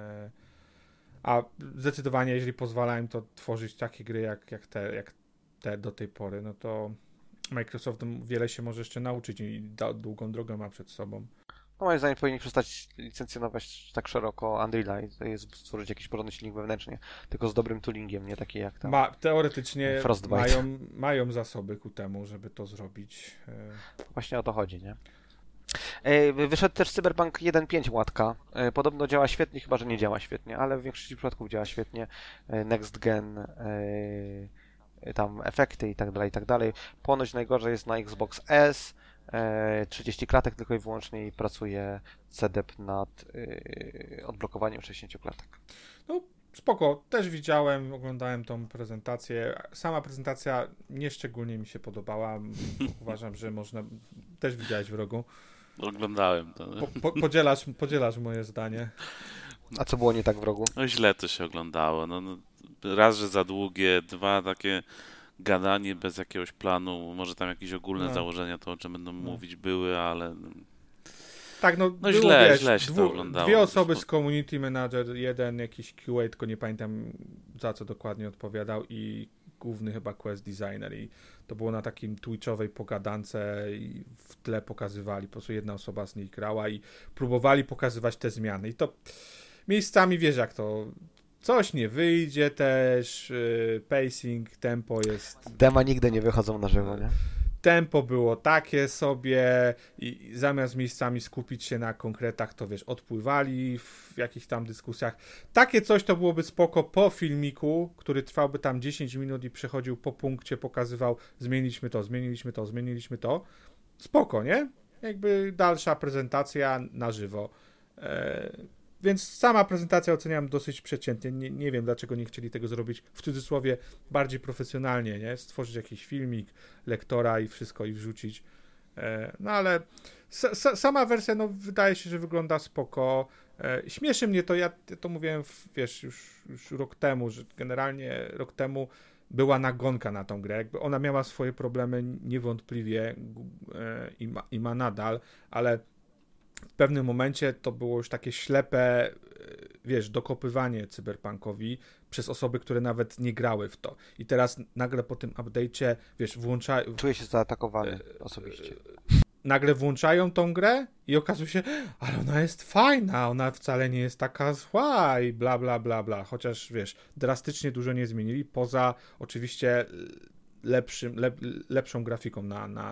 A zdecydowanie, jeżeli pozwala im to tworzyć takie gry jak te do tej pory, no to Microsoft wiele się może jeszcze nauczyć i długą drogę ma przed sobą. No moim zdaniem powinni przestać licencjonować tak szeroko Unreal'a i to jest stworzyć jakiś porządny silnik wewnętrznie, tylko z dobrym toolingiem, nie taki jak tam Teoretycznie Frostbite. mają zasoby ku temu, żeby to zrobić. Właśnie o to chodzi, nie? Wyszedł też Cyberpunk 1.5 łatka. Podobno działa świetnie, chyba że nie działa świetnie, ale w większości przypadków działa świetnie. Next gen, tam efekty i tak dalej. Ponoć najgorzej jest na Xbox S, 30 klatek tylko i wyłącznie i pracuje CDEP nad odblokowaniem 60 klatek. No spoko, też widziałem, oglądałem tą prezentację. Sama prezentacja nieszczególnie mi się podobała. Uważam, że można... Też widziałeś w rogu. Oglądałem to. Podzielasz moje zdanie. A co było nie tak w rogu? No źle to się oglądało. Raz, że za długie, dwa, takie gadanie bez jakiegoś planu, może tam jakieś ogólne założenia, to o czym będą mówić były, ale... Tak, no było, źle się to oglądało. Dwie osoby z community manager, jeden jakiś QA, tylko nie pamiętam za co dokładnie odpowiadał i główny chyba quest designer i to było na takim twitchowej pogadance i w tle pokazywali, po prostu jedna osoba z nich grała i próbowali pokazywać te zmiany i to miejscami wiesz jak to coś nie wyjdzie też, pacing, tempo jest... Dema nigdy nie wychodzą na żywo, nie? Tempo było takie sobie i zamiast miejscami skupić się na konkretach, to wiesz, odpływali w jakichś tam dyskusjach. Takie coś to byłoby spoko po filmiku, który trwałby tam 10 minut i przechodził po punkcie, pokazywał zmieniliśmy to. Spoko, nie? Jakby dalsza prezentacja na żywo. Więc sama prezentacja oceniam dosyć przeciętnie. Nie wiem, dlaczego nie chcieli tego zrobić w cudzysłowie bardziej profesjonalnie, nie? Stworzyć jakiś filmik, lektora i wszystko i wrzucić. No ale sama wersja, no wydaje się, że wygląda spoko. Śmieszy mnie to, ja to mówiłem, wiesz, już rok temu, że generalnie rok temu była nagonka na tą grę. Jakby ona miała swoje problemy niewątpliwie i ma nadal, ale w pewnym momencie to było już takie ślepe, wiesz, dokopywanie cyberpunkowi przez osoby, które nawet nie grały w to. I teraz nagle po tym update'cie, wiesz, włączają... Czuję się zaatakowany osobiście. Nagle włączają tą grę i okazuje się, ale ona jest fajna, ona wcale nie jest taka zła i bla, bla, bla, bla. Chociaż, wiesz, drastycznie dużo nie zmienili, poza oczywiście lepszą grafiką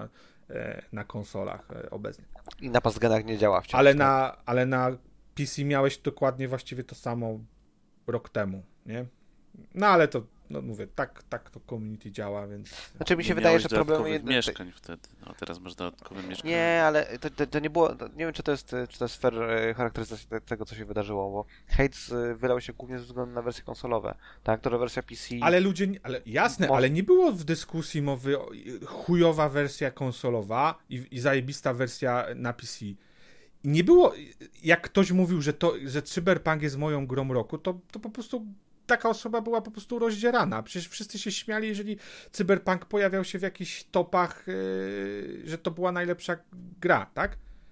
na konsolach obecnie. I na pastgenach nie działa wciąż. Ale na PC miałeś dokładnie właściwie to samo rok temu, nie? No ale to, no mówię, tak to community działa, więc... Znaczy mi się wydaje, że problemy... mieszkań wtedy, a teraz masz dodatkowe mieszkania. Nie, ale to nie było... Nie wiem, czy to jest fair charakteryzacja tego, co się wydarzyło, bo hate wylał się głównie ze względu na wersje konsolowe. Tak, to, że wersja PC... Ale ludzie... Jasne, ale nie było w dyskusji mowy chujowa wersja konsolowa i zajebista wersja na PC. I nie było... Jak ktoś mówił, że Cyberpunk jest moją grą roku, to po prostu... Taka osoba była po prostu rozdzierana. Przecież wszyscy się śmiali, jeżeli Cyberpunk pojawiał się w jakichś topach, że to była najlepsza gra, tak?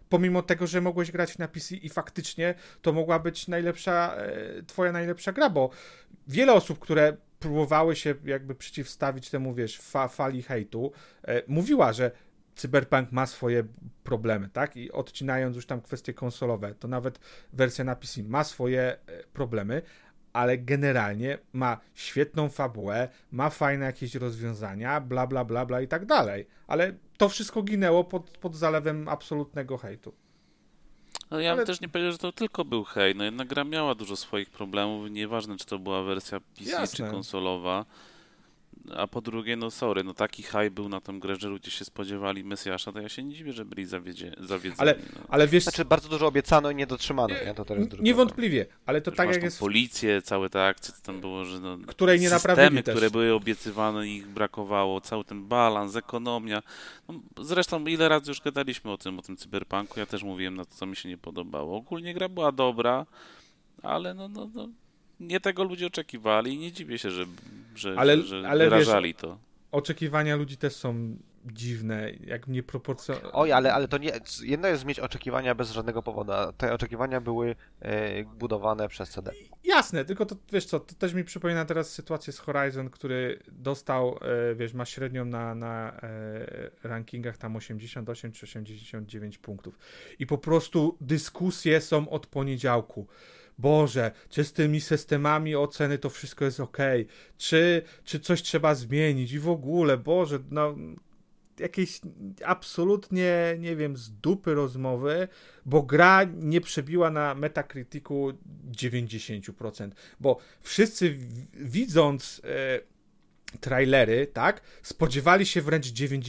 pomimo tego, że mogłeś grać na PC i faktycznie to mogła być twoja najlepsza gra, bo wiele osób, które próbowały się jakby przeciwstawić temu, wiesz, fali hejtu, mówiła, że Cyberpunk ma swoje problemy, tak? I odcinając już tam kwestie konsolowe, to nawet wersja na PC ma swoje problemy, ale generalnie ma świetną fabułę, ma fajne jakieś rozwiązania, bla, bla, bla, bla i tak dalej. Ale to wszystko ginęło pod zalewem absolutnego hejtu. No ja Ale- bym też nie powiedział, że to tylko był hejt. No jednak gra miała dużo swoich problemów, nieważne czy to była wersja PC Jasne. czy konsolowa. A po drugie, no sorry, no taki hype był na tą grę, że ludzie się spodziewali Mesjasza, to ja się nie dziwię, że byli zawiedzeni. No. Ale wiesz, Znaczy, bardzo dużo obiecano i nie dotrzymano, nie? To też jest drugi niewątpliwie, ale to Już tak masz jak tą jest, policję, całe te akcje, co tam było, że no, której nie systemy, naprawili też. które były obiecywane, ich brakowało, cały ten balans, ekonomia. No, zresztą ile razy już gadaliśmy o tym Cyberpunku, ja też mówiłem na to, co mi się nie podobało. Ogólnie gra była dobra, ale no, nie tego ludzie oczekiwali i nie dziwię się, że Ale wyrażali to. oczekiwania ludzi też są dziwne, jak nieproporcjonalne. Oj, ale to nie. Jedno jest mieć oczekiwania bez żadnego powodu, a te oczekiwania były budowane przez CD. Jasne, tylko to wiesz co, to też mi przypomina teraz sytuację z Horizon, który dostał, wiesz, ma średnią na rankingach tam 88 czy 89 punktów. I po prostu dyskusje są od poniedziałku. Boże, czy z tymi systemami oceny to wszystko jest okej? Czy coś trzeba zmienić? I w ogóle, Boże, no jakieś absolutnie, nie wiem, z dupy rozmowy, bo gra nie przebiła na Metacriticu 90%, bo wszyscy widząc trailery, tak, spodziewali się wręcz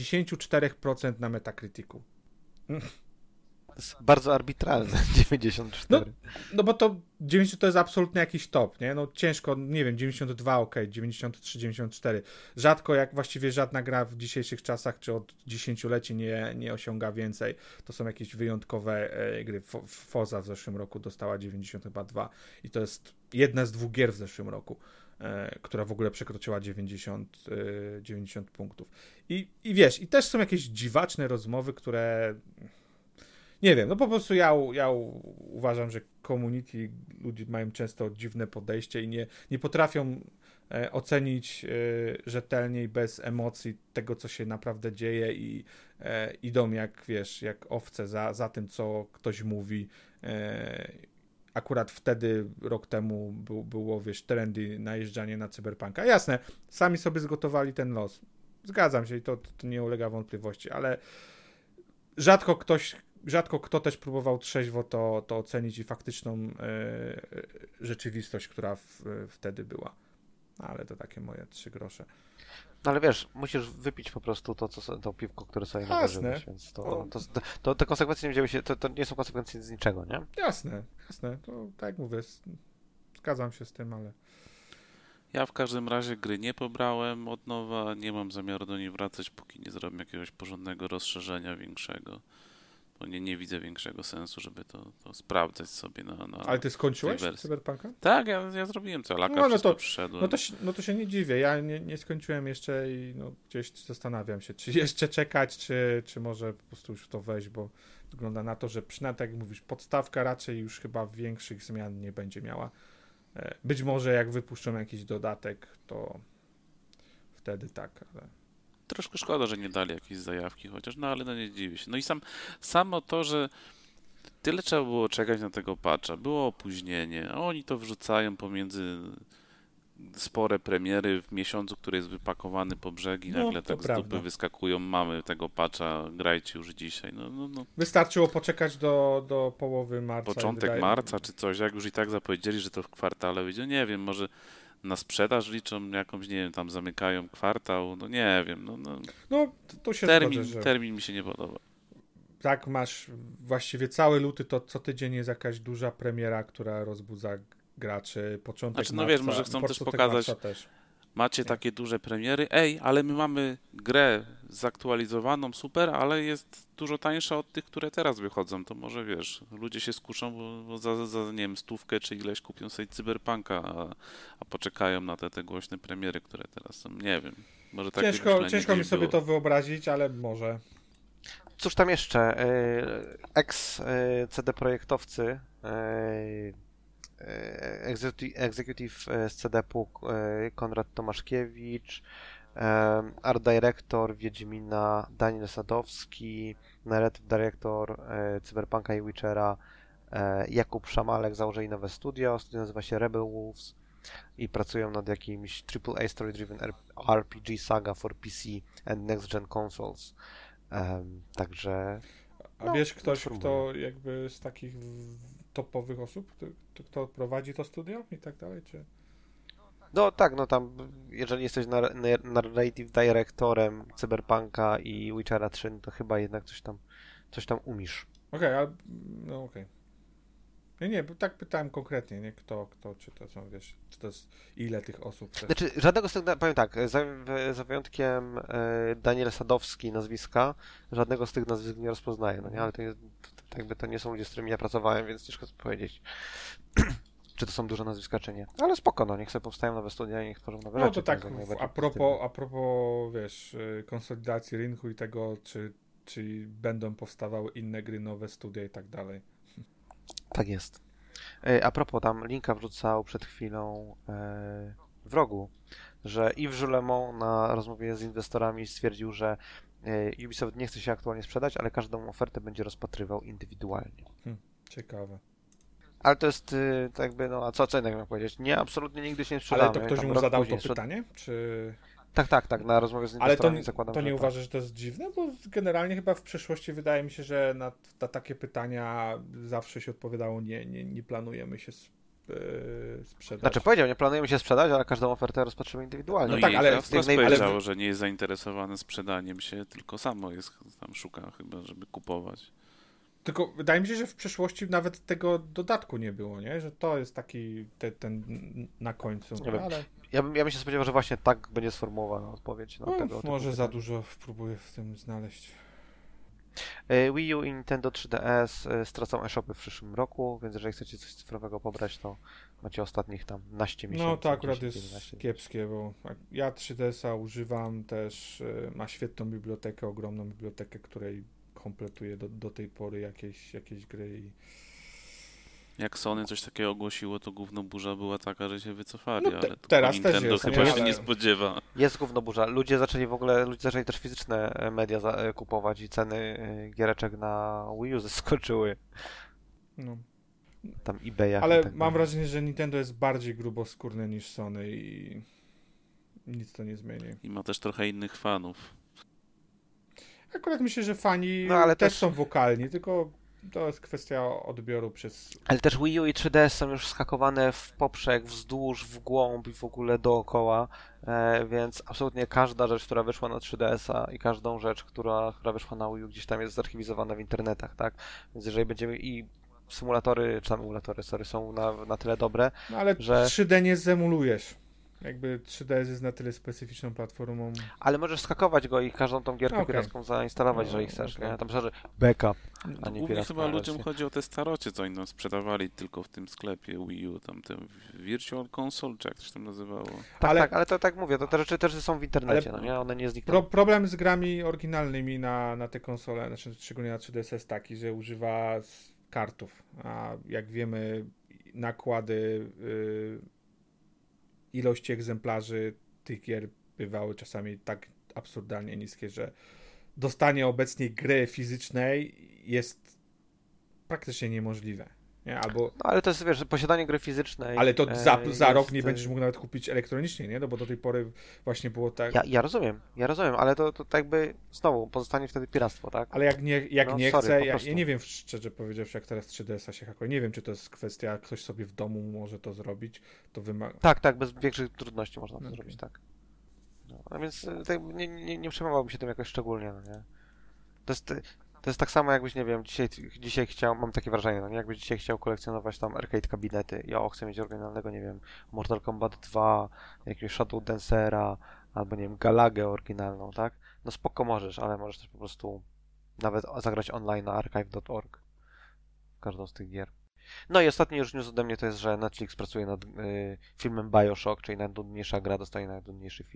94% na Metacriticu. To jest bardzo arbitralne, 94. No bo to 90 to jest absolutnie jakiś top, nie? No ciężko, nie wiem, 92 ok, 93, 94. Rzadko, jak właściwie żadna gra w dzisiejszych czasach, czy od dziesięcioleci nie osiąga więcej. To są jakieś wyjątkowe gry. Forza w zeszłym roku dostała 92 i to jest jedna z 2 gier w zeszłym roku, która w ogóle przekroczyła 90 punktów. I wiesz, i też są jakieś dziwaczne rozmowy, które... Nie wiem, no po prostu ja uważam, że community, ludzie mają często dziwne podejście i nie potrafią ocenić rzetelnie i bez emocji tego, co się naprawdę dzieje i idą jak, wiesz, jak owce za tym, co ktoś mówi. Akurat wtedy, rok temu było, wiesz, trendy najeżdżanie na Cyberpunka. Jasne, sami sobie zgotowali ten los. Zgadzam się i to nie ulega wątpliwości, ale rzadko kto też próbował trzeźwo to ocenić i faktyczną rzeczywistość, która wtedy była. Ale to takie moje 3 grosze. No ale wiesz, musisz wypić po prostu to piwko, które sobie Jasne. naważyłeś, więc to te konsekwencje nie wzięły się, to nie są konsekwencje z niczego, nie? Jasne. To tak jak mówię, zgadzam się z tym, ale... Ja w każdym razie gry nie pobrałem od nowa, nie mam zamiaru do niej wracać, póki nie zrobię jakiegoś porządnego rozszerzenia większego. Bo nie widzę większego sensu, żeby to sprawdzać sobie na Ale ty skończyłeś tej wersji. Cyberpunka? Tak, ja zrobiłem celaka, No, wszystko przyszedłem. No to się nie dziwię. Ja nie skończyłem jeszcze i no, gdzieś zastanawiam się, czy jeszcze czekać, czy może po prostu już w to wejść, bo wygląda na to, że przynajmniej tak jak mówisz, podstawka raczej już chyba większych zmian nie będzie miała. Być może jak wypuszczą jakiś dodatek, to wtedy tak, ale... Troszkę szkoda, że nie dali jakiejś zajawki chociaż, no ale no nie dziwię się. No i samo to, że tyle trzeba było czekać na tego patcha, było opóźnienie, a oni to wrzucają pomiędzy spore premiery w miesiącu, który jest wypakowany po brzegi, No, nagle to tak z prawda. dupy wyskakują, mamy tego patcha, grajcie już dzisiaj. No. Wystarczyło poczekać do połowy marca. Początek marca czy coś, jak już i tak zapowiedzieli, że to w kwartale wyjdzie, nie wiem, może na sprzedaż liczą jakąś, nie wiem, tam zamykają kwartał, no nie wiem, No, to się zgodzę, że termin mi się nie podoba. tak masz właściwie cały luty, to co tydzień jest jakaś duża premiera, która rozbudza graczy, początek Znaczy, no marca, wiesz, może chcą też początek pokazać, marca też. macie takie duże premiery, ale my mamy grę zaktualizowaną, super, ale jest dużo tańsza od tych, które teraz wychodzą, to może wiesz, ludzie się skuszą, bo za nie wiem, 100 czy ileś kupią sobie Cyberpunka, a poczekają na te głośne premiery, które teraz są, nie wiem, może takie Ciężko mi myślenie sobie było. to wyobrazić, ale może. cóż tam jeszcze? Ex-CD projektowcy, executive z CD-PUK Konrad Tomaszkiewicz, art director Wiedźmina Daniel Sadowski, narrative director Cyberpunka i Witchera Jakub Szamalek założyli nowe studio nazywa się Rebel Wolves i pracują nad jakimś AAA story-driven RPG saga for PC and next-gen consoles. Także... A wiesz ktoś, spróbuję. kto jakby z takich topowych osób, kto prowadzi to studio i tak dalej, czy... No tak, no tam, jeżeli jesteś narrative directorem Cyberpunka i Witchera 3, no to chyba jednak coś tam umiesz. Okej, ale... No okej. Nie, bo tak pytałem konkretnie, nie? Kto, czy to są, wiesz, czy to jest ile tych osób też. Znaczy, żadnego z tych, powiem tak, za wyjątkiem Daniel Sadowski nazwiska, żadnego z tych nazwisk nie rozpoznaję, no nie, ale to, jakby to nie są ludzie, z którymi ja pracowałem, więc ciężko powiedzieć, czy to są duże nazwiska, czy nie. Ale spoko, no, niech sobie powstają nowe studia i niech tworzą nowe No rzeczy. to tak, jest jak najbardziej a propos, wiesz, konsolidacji rynku i tego, czy będą powstawały inne gry, nowe studia i tak dalej. Tak jest. A propos, tam linka wrzucał przed chwilą Wrogu, że Yves Julemont na rozmowie z inwestorami stwierdził, że Ubisoft nie chce się aktualnie sprzedać, ale każdą ofertę będzie rozpatrywał indywidualnie. Ciekawe. Ale to jest tak jakby, no a co innego mam powiedzieć? Nie, absolutnie nigdy się nie sprzedamy. Ale to ktoś Tam mu rok zadał później to pytanie? Czy... Tak, na rozmowie z Ale inwestorami zakładam, to że nie tak. uważasz, że to jest dziwne? Bo generalnie chyba w przeszłości wydaje mi się, że na takie pytania zawsze się odpowiadało nie planujemy się sprzedać. Znaczy powiedział, nie planujemy się sprzedać, ale każdą ofertę rozpatrzymy indywidualnie. No tak, ale wprost ale- powiedziało, że nie jest zainteresowany sprzedaniem się, tylko samo jest tam szuka chyba, żeby kupować. Tylko wydaje mi się, że w przeszłości nawet tego dodatku nie było, nie? Że to jest taki ten na końcu. Nie wiem. Ale Ja bym się spodziewał, że właśnie tak będzie sformułowana odpowiedź na tego typu może za pytania. dużo próbuję w tym znaleźć. Wii U i Nintendo 3DS stracą e-shopy w przyszłym roku, więc jeżeli chcecie coś cyfrowego pobrać, to macie ostatnich tam naście miesięcy. No to akurat 10, jest 11. kiepskie, bo ja 3DS-a używam też, ma świetną bibliotekę, ogromną bibliotekę, której kompletuję do tej pory jakieś gry i... Jak Sony coś takiego ogłosiło, to gówno burza była taka, że się wycofali, No ale to teraz po też Nintendo jest, chyba nie? się Ale- nie spodziewa. Jest gówno burza. Ludzie zaczęli też fizyczne media kupować i ceny giereczek na Wii U zeskoczyły. No. Tam eBayach Ale i tak mam dalej. wrażenie, że Nintendo jest bardziej gruboskórne niż Sony i nic to nie zmieni. I ma też trochę innych fanów. Akurat myślę, że fani No, ale też też- są wokalni, tylko to jest kwestia odbioru przez... Ale też Wii U i 3DS są już skakowane w poprzek, wzdłuż, w głąb i w ogóle dookoła, więc absolutnie każda rzecz, która wyszła na 3DS-a i każdą rzecz, która wyszła na Wii U gdzieś tam jest zarchiwizowana w internetach, tak? Więc jeżeli będziemy i symulatory, czy tam emulatory, sorry, są na tyle dobre, No ale że- 3D nie zemulujesz. Jakby 3DS jest na tyle specyficzną platformą. ale możesz skakować go i każdą tą gierkę Okej. piracką zainstalować, No, jeżeli chcesz, okej. nie? Tam że backup, a nie Głównie piracka chyba ludziom wersja. chodzi o te starocie, co oni nam sprzedawali tylko w tym sklepie Wii U, tam ten Virtual Console, czy jak to się tam nazywało. Tak, Ale- ale to tak mówię, to te rzeczy też są w internecie, Ale- no nie? One nie znikną. Problem z grami oryginalnymi na te konsole, znaczy szczególnie na 3DS jest taki, że używa kartów, a jak wiemy nakłady, ilości egzemplarzy tych gier bywały czasami tak absurdalnie niskie, że dostanie obecnie gry fizycznej jest praktycznie niemożliwe. Nie? Albo, No ale to jest, wiesz, posiadanie gry fizycznej. ale to za rok nie jest, będziesz mógł nawet kupić elektronicznie, nie? No bo do tej pory właśnie było tak. Ja rozumiem, ale to tak jakby znowu pozostanie wtedy piractwo, tak? Ale jak No, nie sorry, chce, po ja prostu. nie wiem szczerze powiedziawszy, jak teraz 3DS-a się hakuje. Nie wiem, czy to jest kwestia, ktoś sobie w domu może to zrobić, to wymaga. Tak, bez większych trudności można to Okej. zrobić, tak. No, a więc tak, nie przejmowałbym się tym jakoś szczególnie, no nie? To jest tak samo jakbyś, nie wiem, dzisiaj chciał, mam takie wrażenie, no nie? Jakbyś dzisiaj chciał kolekcjonować tam arcade kabinety. Ja chcę mieć oryginalnego, nie wiem, Mortal Kombat 2, jakiegoś Shadow Dancera, albo nie wiem, Galagę oryginalną, tak? No spoko możesz, ale możesz też po prostu nawet zagrać online na archive.org każdą z tych gier. No i ostatni już news ode mnie to jest, że Netflix pracuje nad filmem BioShock, czyli najnudniejsza gra dostaje najnudniejszy film.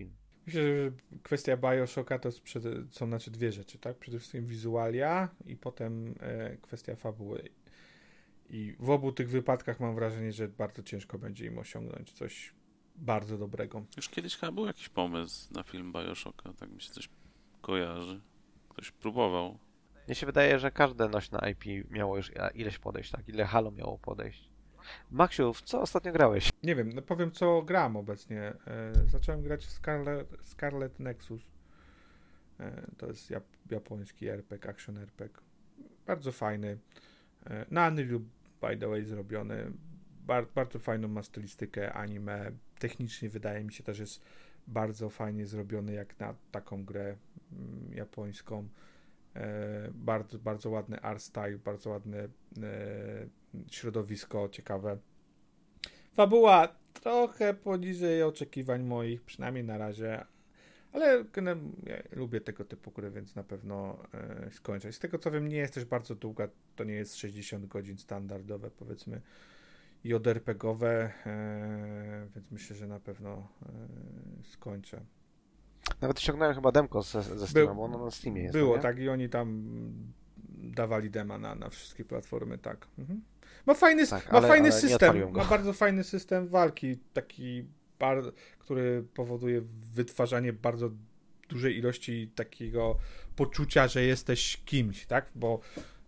Myślę, że kwestia Bioshocka to są znaczy dwie rzeczy, tak? Przede wszystkim wizualia i potem kwestia fabuły. I w obu tych wypadkach mam wrażenie, że bardzo ciężko będzie im osiągnąć coś bardzo dobrego. Już kiedyś chyba był jakiś pomysł na film Bioshocka, tak mi się coś kojarzy. Ktoś próbował. Mnie się wydaje, że każde nośne IP miało już ileś podejść, tak? Ile Halo miało podejść. Maksiu, w co ostatnio grałeś? Nie wiem, no powiem co gram obecnie. Zacząłem grać w Scarlet Nexus. To jest japoński RPG, action RPG. Bardzo fajny. Na Unreal, by the way, zrobiony. Bardzo fajną ma stylistykę anime. Technicznie wydaje mi się też jest bardzo fajnie zrobiony jak na taką grę japońską. Bardzo, bardzo ładny art style, bardzo ładne środowisko, ciekawe. Fabuła trochę poniżej oczekiwań moich, przynajmniej na razie, ale ja lubię tego typu gry, więc na pewno skończę. Z tego co wiem, nie jest też bardzo długa, to nie jest 60 godzin standardowe, powiedzmy, i JRPG-owe, więc myślę, że na pewno skończę. Nawet ściągnąłem chyba demko ze Steama, bo ono na Steamie jest. Było, nie? tak, i oni tam dawali dema na wszystkie platformy, tak. Mhm. Ma fajny, Tak, ma ale fajny nie system, odpaliłem go. ma bardzo fajny system walki, taki, który powoduje wytwarzanie bardzo dużej ilości takiego poczucia, że jesteś kimś, tak? Bo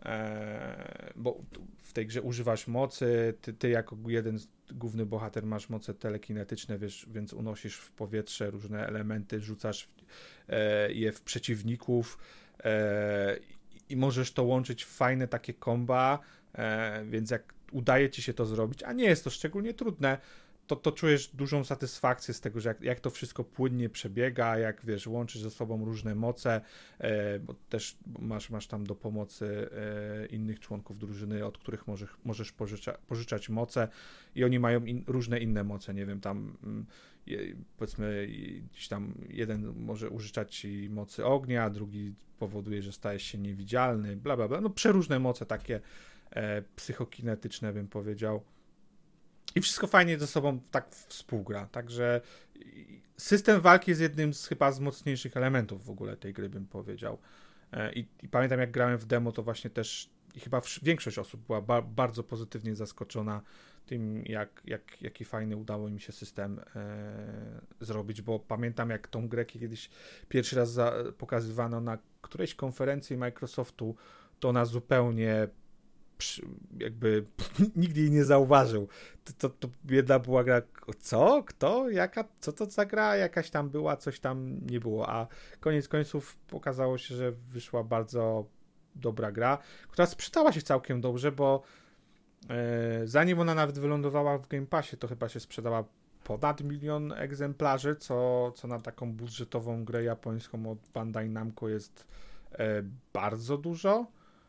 w tej grze używasz mocy, ty jako jeden główny bohater masz moce telekinetyczne, wiesz, więc unosisz w powietrze różne elementy, rzucasz je w przeciwników i możesz to łączyć w fajne takie komba, więc jak udaje ci się to zrobić, a nie jest to szczególnie trudne, to czujesz dużą satysfakcję z tego, że jak to wszystko płynnie przebiega, jak wiesz, łączysz ze sobą różne moce, bo też masz tam do pomocy innych członków drużyny, od których możesz pożyczać moce i oni mają różne inne moce, nie wiem, tam powiedzmy gdzieś tam jeden może użyczać ci mocy ognia, a drugi powoduje, że stajesz się niewidzialny, bla bla bla, no przeróżne moce takie psychokinetyczne bym powiedział. I wszystko fajnie ze sobą tak współgra. Także system walki jest jednym z chyba z mocniejszych elementów w ogóle tej gry, bym powiedział. I pamiętam, jak grałem w demo, to właśnie też i chyba większość osób była bardzo pozytywnie zaskoczona tym, jaki fajny udało im się system zrobić, bo pamiętam, jak tą grę kiedyś pierwszy raz pokazywano na którejś konferencji Microsoftu, to ona zupełnie jakby nikt jej nie zauważył. To bieda była gra, co? Kto? Jaka? Co to za gra? Jakaś tam była, coś tam nie było, a koniec końców pokazało się, że wyszła bardzo dobra gra, która sprzedała się całkiem dobrze, bo zanim ona nawet wylądowała w Game Passie, to chyba się sprzedała ponad 1 milion egzemplarzy, co na taką budżetową grę japońską od Bandai Namco jest bardzo dużo.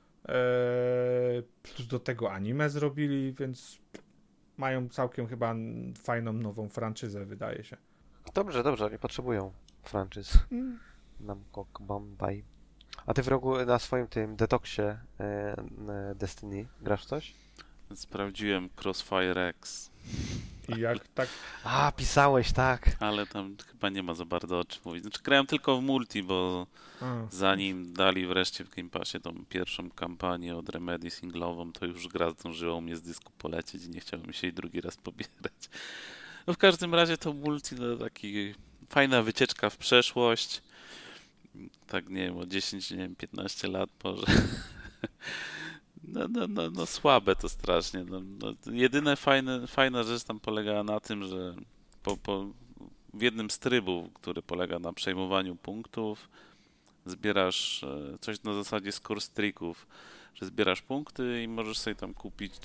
Plus do tego anime zrobili, więc mają całkiem chyba fajną nową franczyzę, wydaje się. Dobrze, nie potrzebują franczyz. Namco Bandai. A ty w rogu na swoim tym detoksie Destiny grasz coś? Sprawdziłem Crossfire X, I jak tak... A, pisałeś, tak. ale tam chyba nie ma za bardzo o czym mówić. Znaczy grałem tylko w multi, bo zanim dali wreszcie w Game Passie tą pierwszą kampanię od Remedy singlową, to już gra zdążyła u mnie z dysku polecieć i nie chciałem się jej drugi raz pobierać. No w każdym razie to multi to taki fajna wycieczka w przeszłość. Tak nie wiem, o 10, nie wiem, 15 lat może. No słabe to strasznie. Jedyne fajna rzecz tam polegała na tym, że w jednym z trybów, który polega na przejmowaniu punktów, zbierasz coś na zasadzie score streaków, że zbierasz punkty i możesz sobie tam kupić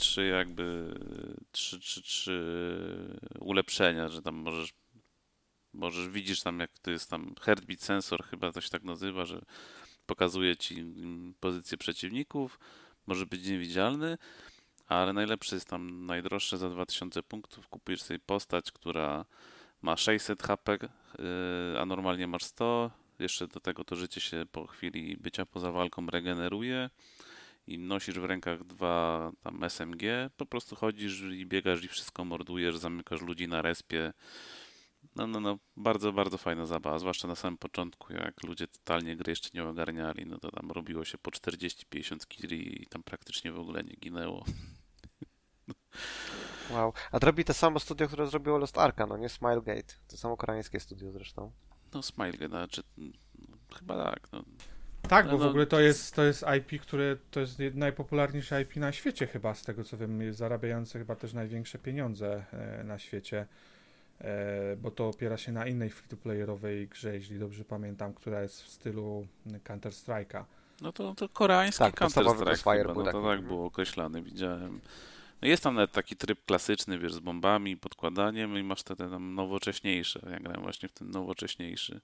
trzy ulepszenia, że tam możesz widzisz tam, jak to jest tam heartbeat sensor, chyba to się tak nazywa, że pokazuje ci pozycję przeciwników, może być niewidzialny, ale najlepszy jest tam najdroższy za 2000 punktów. Kupujesz sobie postać, która ma 600 HP, a normalnie masz 100. Jeszcze do tego to życie się po chwili bycia poza walką regeneruje i nosisz w rękach 2 tam SMG. Po prostu chodzisz i biegasz i wszystko mordujesz, zamykasz ludzi na respie. No, bardzo, bardzo fajna zabawa, zwłaszcza na samym początku, jak ludzie totalnie gry jeszcze nie ogarniali, no to tam robiło się po 40-50 killi i tam praktycznie w ogóle nie ginęło. Wow. A to robi to samo studio, które zrobiło Lost Arka, no nie? Smilegate. To samo koreańskie studio zresztą. No Smile, znaczy, chyba tak, no. Tak, bo No, w ogóle to jest IP, które to jest najpopularniejsze IP na świecie chyba, z tego co wiem, jest zarabiające chyba też największe pieniądze na świecie, bo to opiera się na innej free-to-playerowej grze, jeśli dobrze pamiętam, która jest w stylu Counter-Strike'a. No to koreański Tak, podstawowy Counter-Strike Crossfire chyba, był no to taki. tak było określane, widziałem. No jest tam nawet taki tryb klasyczny, wiesz, z bombami, podkładaniem i masz te tam nowocześniejsze. Ja grałem właśnie w ten nowocześniejszy.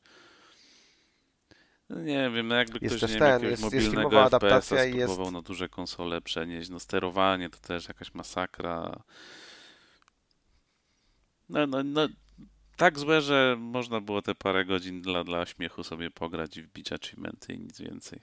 No nie wiem, no jakby Jest ktoś też nie ten, wiem, jakiegoś jest mobilnego filmowa FPS-a adaptacja i jest... spróbował na duże konsole przenieść, no sterowanie to też jakaś masakra. No, tak złe, że można było te parę godzin dla śmiechu sobie pograć i wbić achievementy i nic więcej.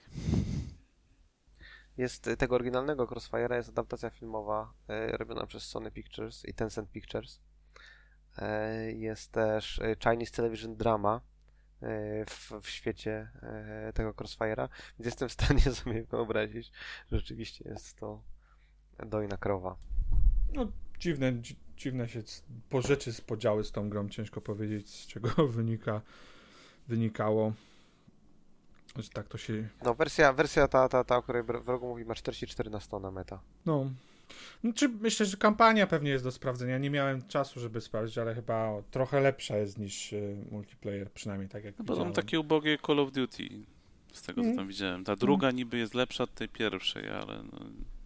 Jest tego oryginalnego Crossfire'a, jest adaptacja filmowa robiona przez Sony Pictures i Tencent Pictures. Jest też Chinese Television Drama w świecie tego Crossfire'a, więc jestem w stanie sobie wyobrazić, że rzeczywiście jest to dojna krowa. No dziwne się rzeczy podziały z tą grą, ciężko powiedzieć, z czego wynikało, że tak to się... No wersja ta, o której Wrogu mówi, ma 44 na 100 na meta. No. Czy myślę, że kampania pewnie jest do sprawdzenia. Nie miałem czasu, żeby sprawdzić, ale chyba trochę lepsza jest niż multiplayer, przynajmniej tak jak No bo widziałem. tam takie ubogie Call of Duty, z tego co tam widziałem. Ta druga niby jest lepsza od tej pierwszej, ale no,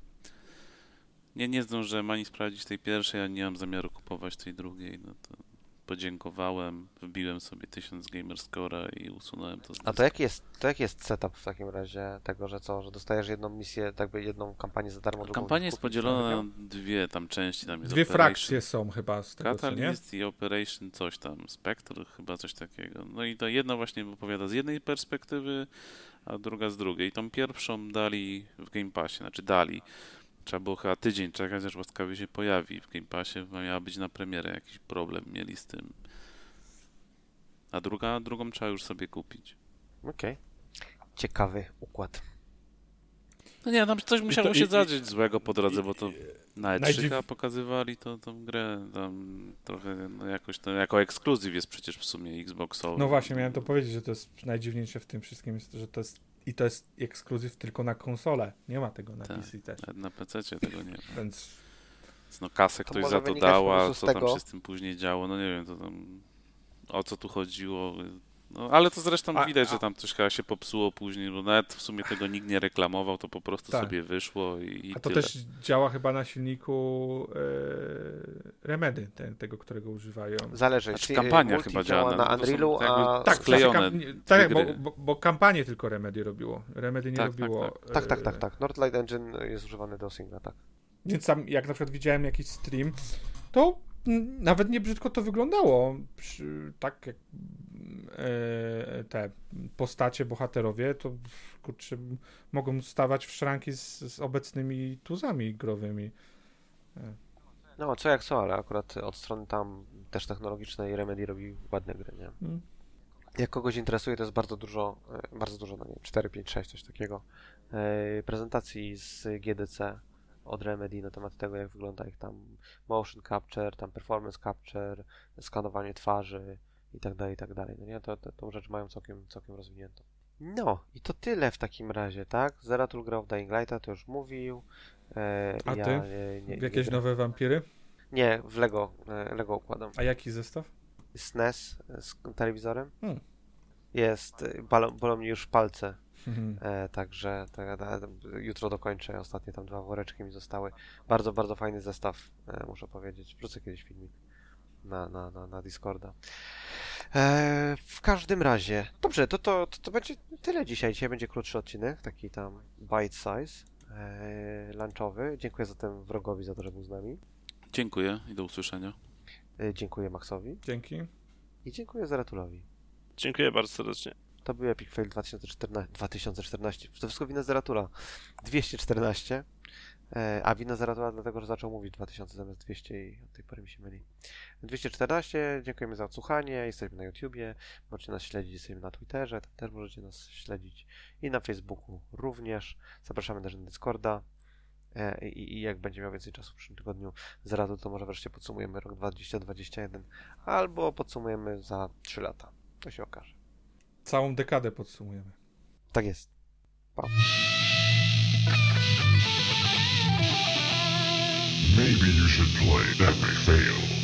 nie zdążyłem ani sprawdzić tej pierwszej, ani nie mam zamiaru kupować tej drugiej. No to podziękowałem, wbiłem sobie 1000 gamerscore'a i usunąłem to z A to jaki jest setup w takim razie tego, że dostajesz jedną misję, tak by jedną kampanię za darmo, drugą Kampania jest kupić, podzielona na dwie tam części. Tam jest Dwie Operation frakcje są chyba z tego, co nie? Catalyst i Operation coś tam, Spectre chyba coś takiego. No i to jedna właśnie opowiada z jednej perspektywy, a druga z drugiej. I tą pierwszą dali w Game Passie, znaczy dali. Trzeba było chyba tydzień czekać, aż łaskawie się pojawi w Game Passie, bo miała być na premierę, jakiś problem mieli z tym. A drugą trzeba już sobie kupić. Okej. Ciekawy układ. No nie, tam coś musiało to- się i- zdarzyć złego po drodze, bo to na E3 najdziw- chyba pokazywali tą grę, tam trochę no jakoś to jako ekskluzyw jest przecież w sumie Xboxowy. No właśnie, miałem to powiedzieć, że to jest najdziwniejsze w tym wszystkim, jest, że to jest ekskluzyw tylko na konsolę. Nie ma tego na Tak. PC też. Nawet na PC tego nie ma. Więc No kasę To ktoś może za to wynikać po dał, a prostu z co tam tego- się z tym później działo, no nie wiem, to tam o co tu chodziło. No, ale to zresztą widać, że tam coś chyba się popsuło później, bo nawet w sumie tego nikt nie reklamował, to po prostu Tak. sobie wyszło i a to tyle. też działa chyba na silniku Remedy, tego, którego używają. Zależy. Znaczy Czy, kampania multi chyba działa na no, to są Unrealu, jakby a... Tak, sklejone tak, dwie gry. bo kampanię tylko Remedy robiło. Remedy nie Tak, robiło. Tak. Northlight Engine jest używany do singla, tak. Więc tam, jak na przykład widziałem jakiś stream, to nawet nie brzydko to wyglądało. Tak jak te postacie, bohaterowie, to kurczę, mogą stawać w szranki z obecnymi tuzami growymi. No, co jak co, ale akurat od strony tam też technologicznej Remedy robi ładne gry, nie? Mm. Jak kogoś interesuje, to jest bardzo dużo, no nie wiem, 4, 5, 6, coś takiego, prezentacji z GDC od Remedy na temat tego, jak wygląda ich tam motion capture, tam performance capture, skanowanie twarzy i tak dalej, no nie? Tą rzecz mają całkiem rozwiniętą. No, i to tyle w takim razie, tak? Zeratul grał w Dying Lighta, to już mówił. A ja ty? Nie Jakieś gram. nowe wampiry? Nie, w Lego układam. A jaki zestaw? SNES z telewizorem. Hmm. Bolą mnie już palce, także jutro dokończę. Ostatnie tam 2 woreczki mi zostały. Bardzo, bardzo fajny zestaw, muszę powiedzieć. Wrzucę kiedyś filmik na Discorda. W każdym razie, dobrze, to będzie tyle dzisiaj. Dzisiaj będzie krótszy odcinek, taki tam bite size, lunchowy. Dziękuję zatem Wrogowi za to, że był z nami. Dziękuję i do usłyszenia. Dziękuję Maxowi Dzięki. i dziękuję Zeratulowi. Dziękuję bardzo serdecznie. To był Epic Fail 2014. To wszystko wina Zeratula. 214. A wina zaradła dlatego, że zaczął mówić 2000 zamiast 200 i od tej pory mi się myli. 214, dziękujemy za odsłuchanie, jesteśmy na YouTubie, możecie nas śledzić, jesteśmy na Twitterze, tam też możecie nas śledzić i na Facebooku również. Zapraszamy też na Discorda i jak będzie miał więcej czasu w przyszłym tygodniu zaradu, to może wreszcie podsumujemy rok 2021 albo podsumujemy za 3 lata. To się okaże. Całą dekadę podsumujemy. Tak jest. Pa. Maybe you should play Epic Fail.